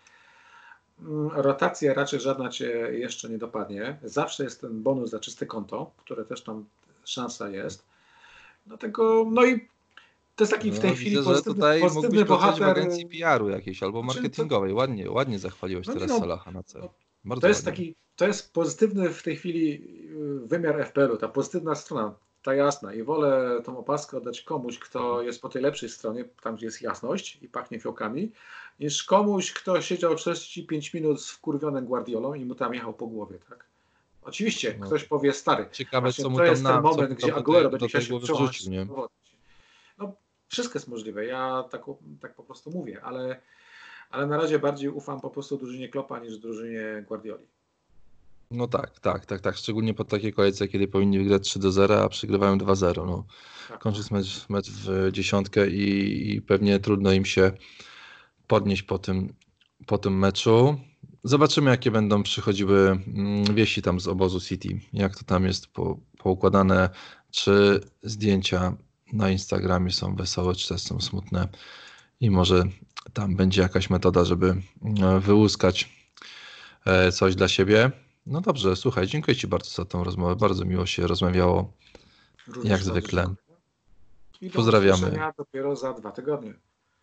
Rotacja raczej żadna cię jeszcze nie dopadnie. Zawsze jest ten bonus za czyste konto, które też tam szansa jest. Dlatego, no i to jest taki w tej chwili pozytywny bohater. W agencji PR-u jakiejś albo marketingowej. Ładnie zachwaliłeś teraz Salaha na cel. To jest pozytywny w tej chwili wymiar FPL-u, ta pozytywna strona, ta jasna. I wolę tą opaskę oddać komuś, kto jest po tej lepszej stronie, tam gdzie jest jasność i pachnie fiołkami, niż komuś, kto siedział 45 minut z wkurwionym Guardiolą i mu tam jechał po głowie, tak? Oczywiście, ktoś powie, stary, ciekawe, co mu to tam jest ten moment, gdzie Aguero będzie się wrzucił, nie? No, wszystko jest możliwe, ja tak po prostu mówię, ale na razie bardziej ufam po prostu drużynie Kloppa niż drużynie Guardioli. No tak. Szczególnie po takiej kolejce, kiedy powinni wygrać 3-0, a przegrywają 2-0. No. Tak. Kończy mecz w dziesiątkę i pewnie trudno im się podnieść po tym meczu. Zobaczymy, jakie będą przychodziły wieści tam z obozu City. Jak to tam jest poukładane, czy zdjęcia na Instagramie są wesołe, czy też są smutne. I może tam będzie jakaś metoda, żeby wyłuskać coś dla siebie. No dobrze, słuchaj, dziękuję Ci bardzo za tą rozmowę. Bardzo miło się rozmawiało, również jak zwykle. I pozdrawiamy. Do dopiero za 2 tygodnie.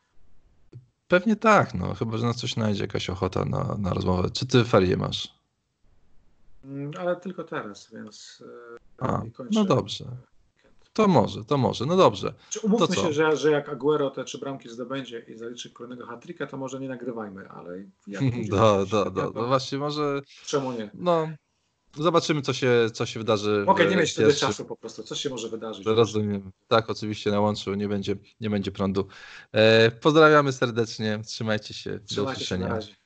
Pewnie tak, no chyba, że nas coś znajdzie, jakaś ochota na rozmowę. Czy Ty ferie masz? Ale tylko teraz, więc no dobrze. To może, no dobrze. Umówmy się, że jak Aguero te 3 bramki zdobędzie i zaliczy kolejnego hat-tricka, to może nie nagrywajmy, ale jak no właśnie może... Czemu nie? No, zobaczymy, co się wydarzy. Mogę nie mieć wtedy czasu po prostu, coś się może wydarzyć. Rozumiem. Tak, oczywiście na łączu nie będzie prądu. Pozdrawiamy serdecznie, trzymajcie się, do usłyszenia.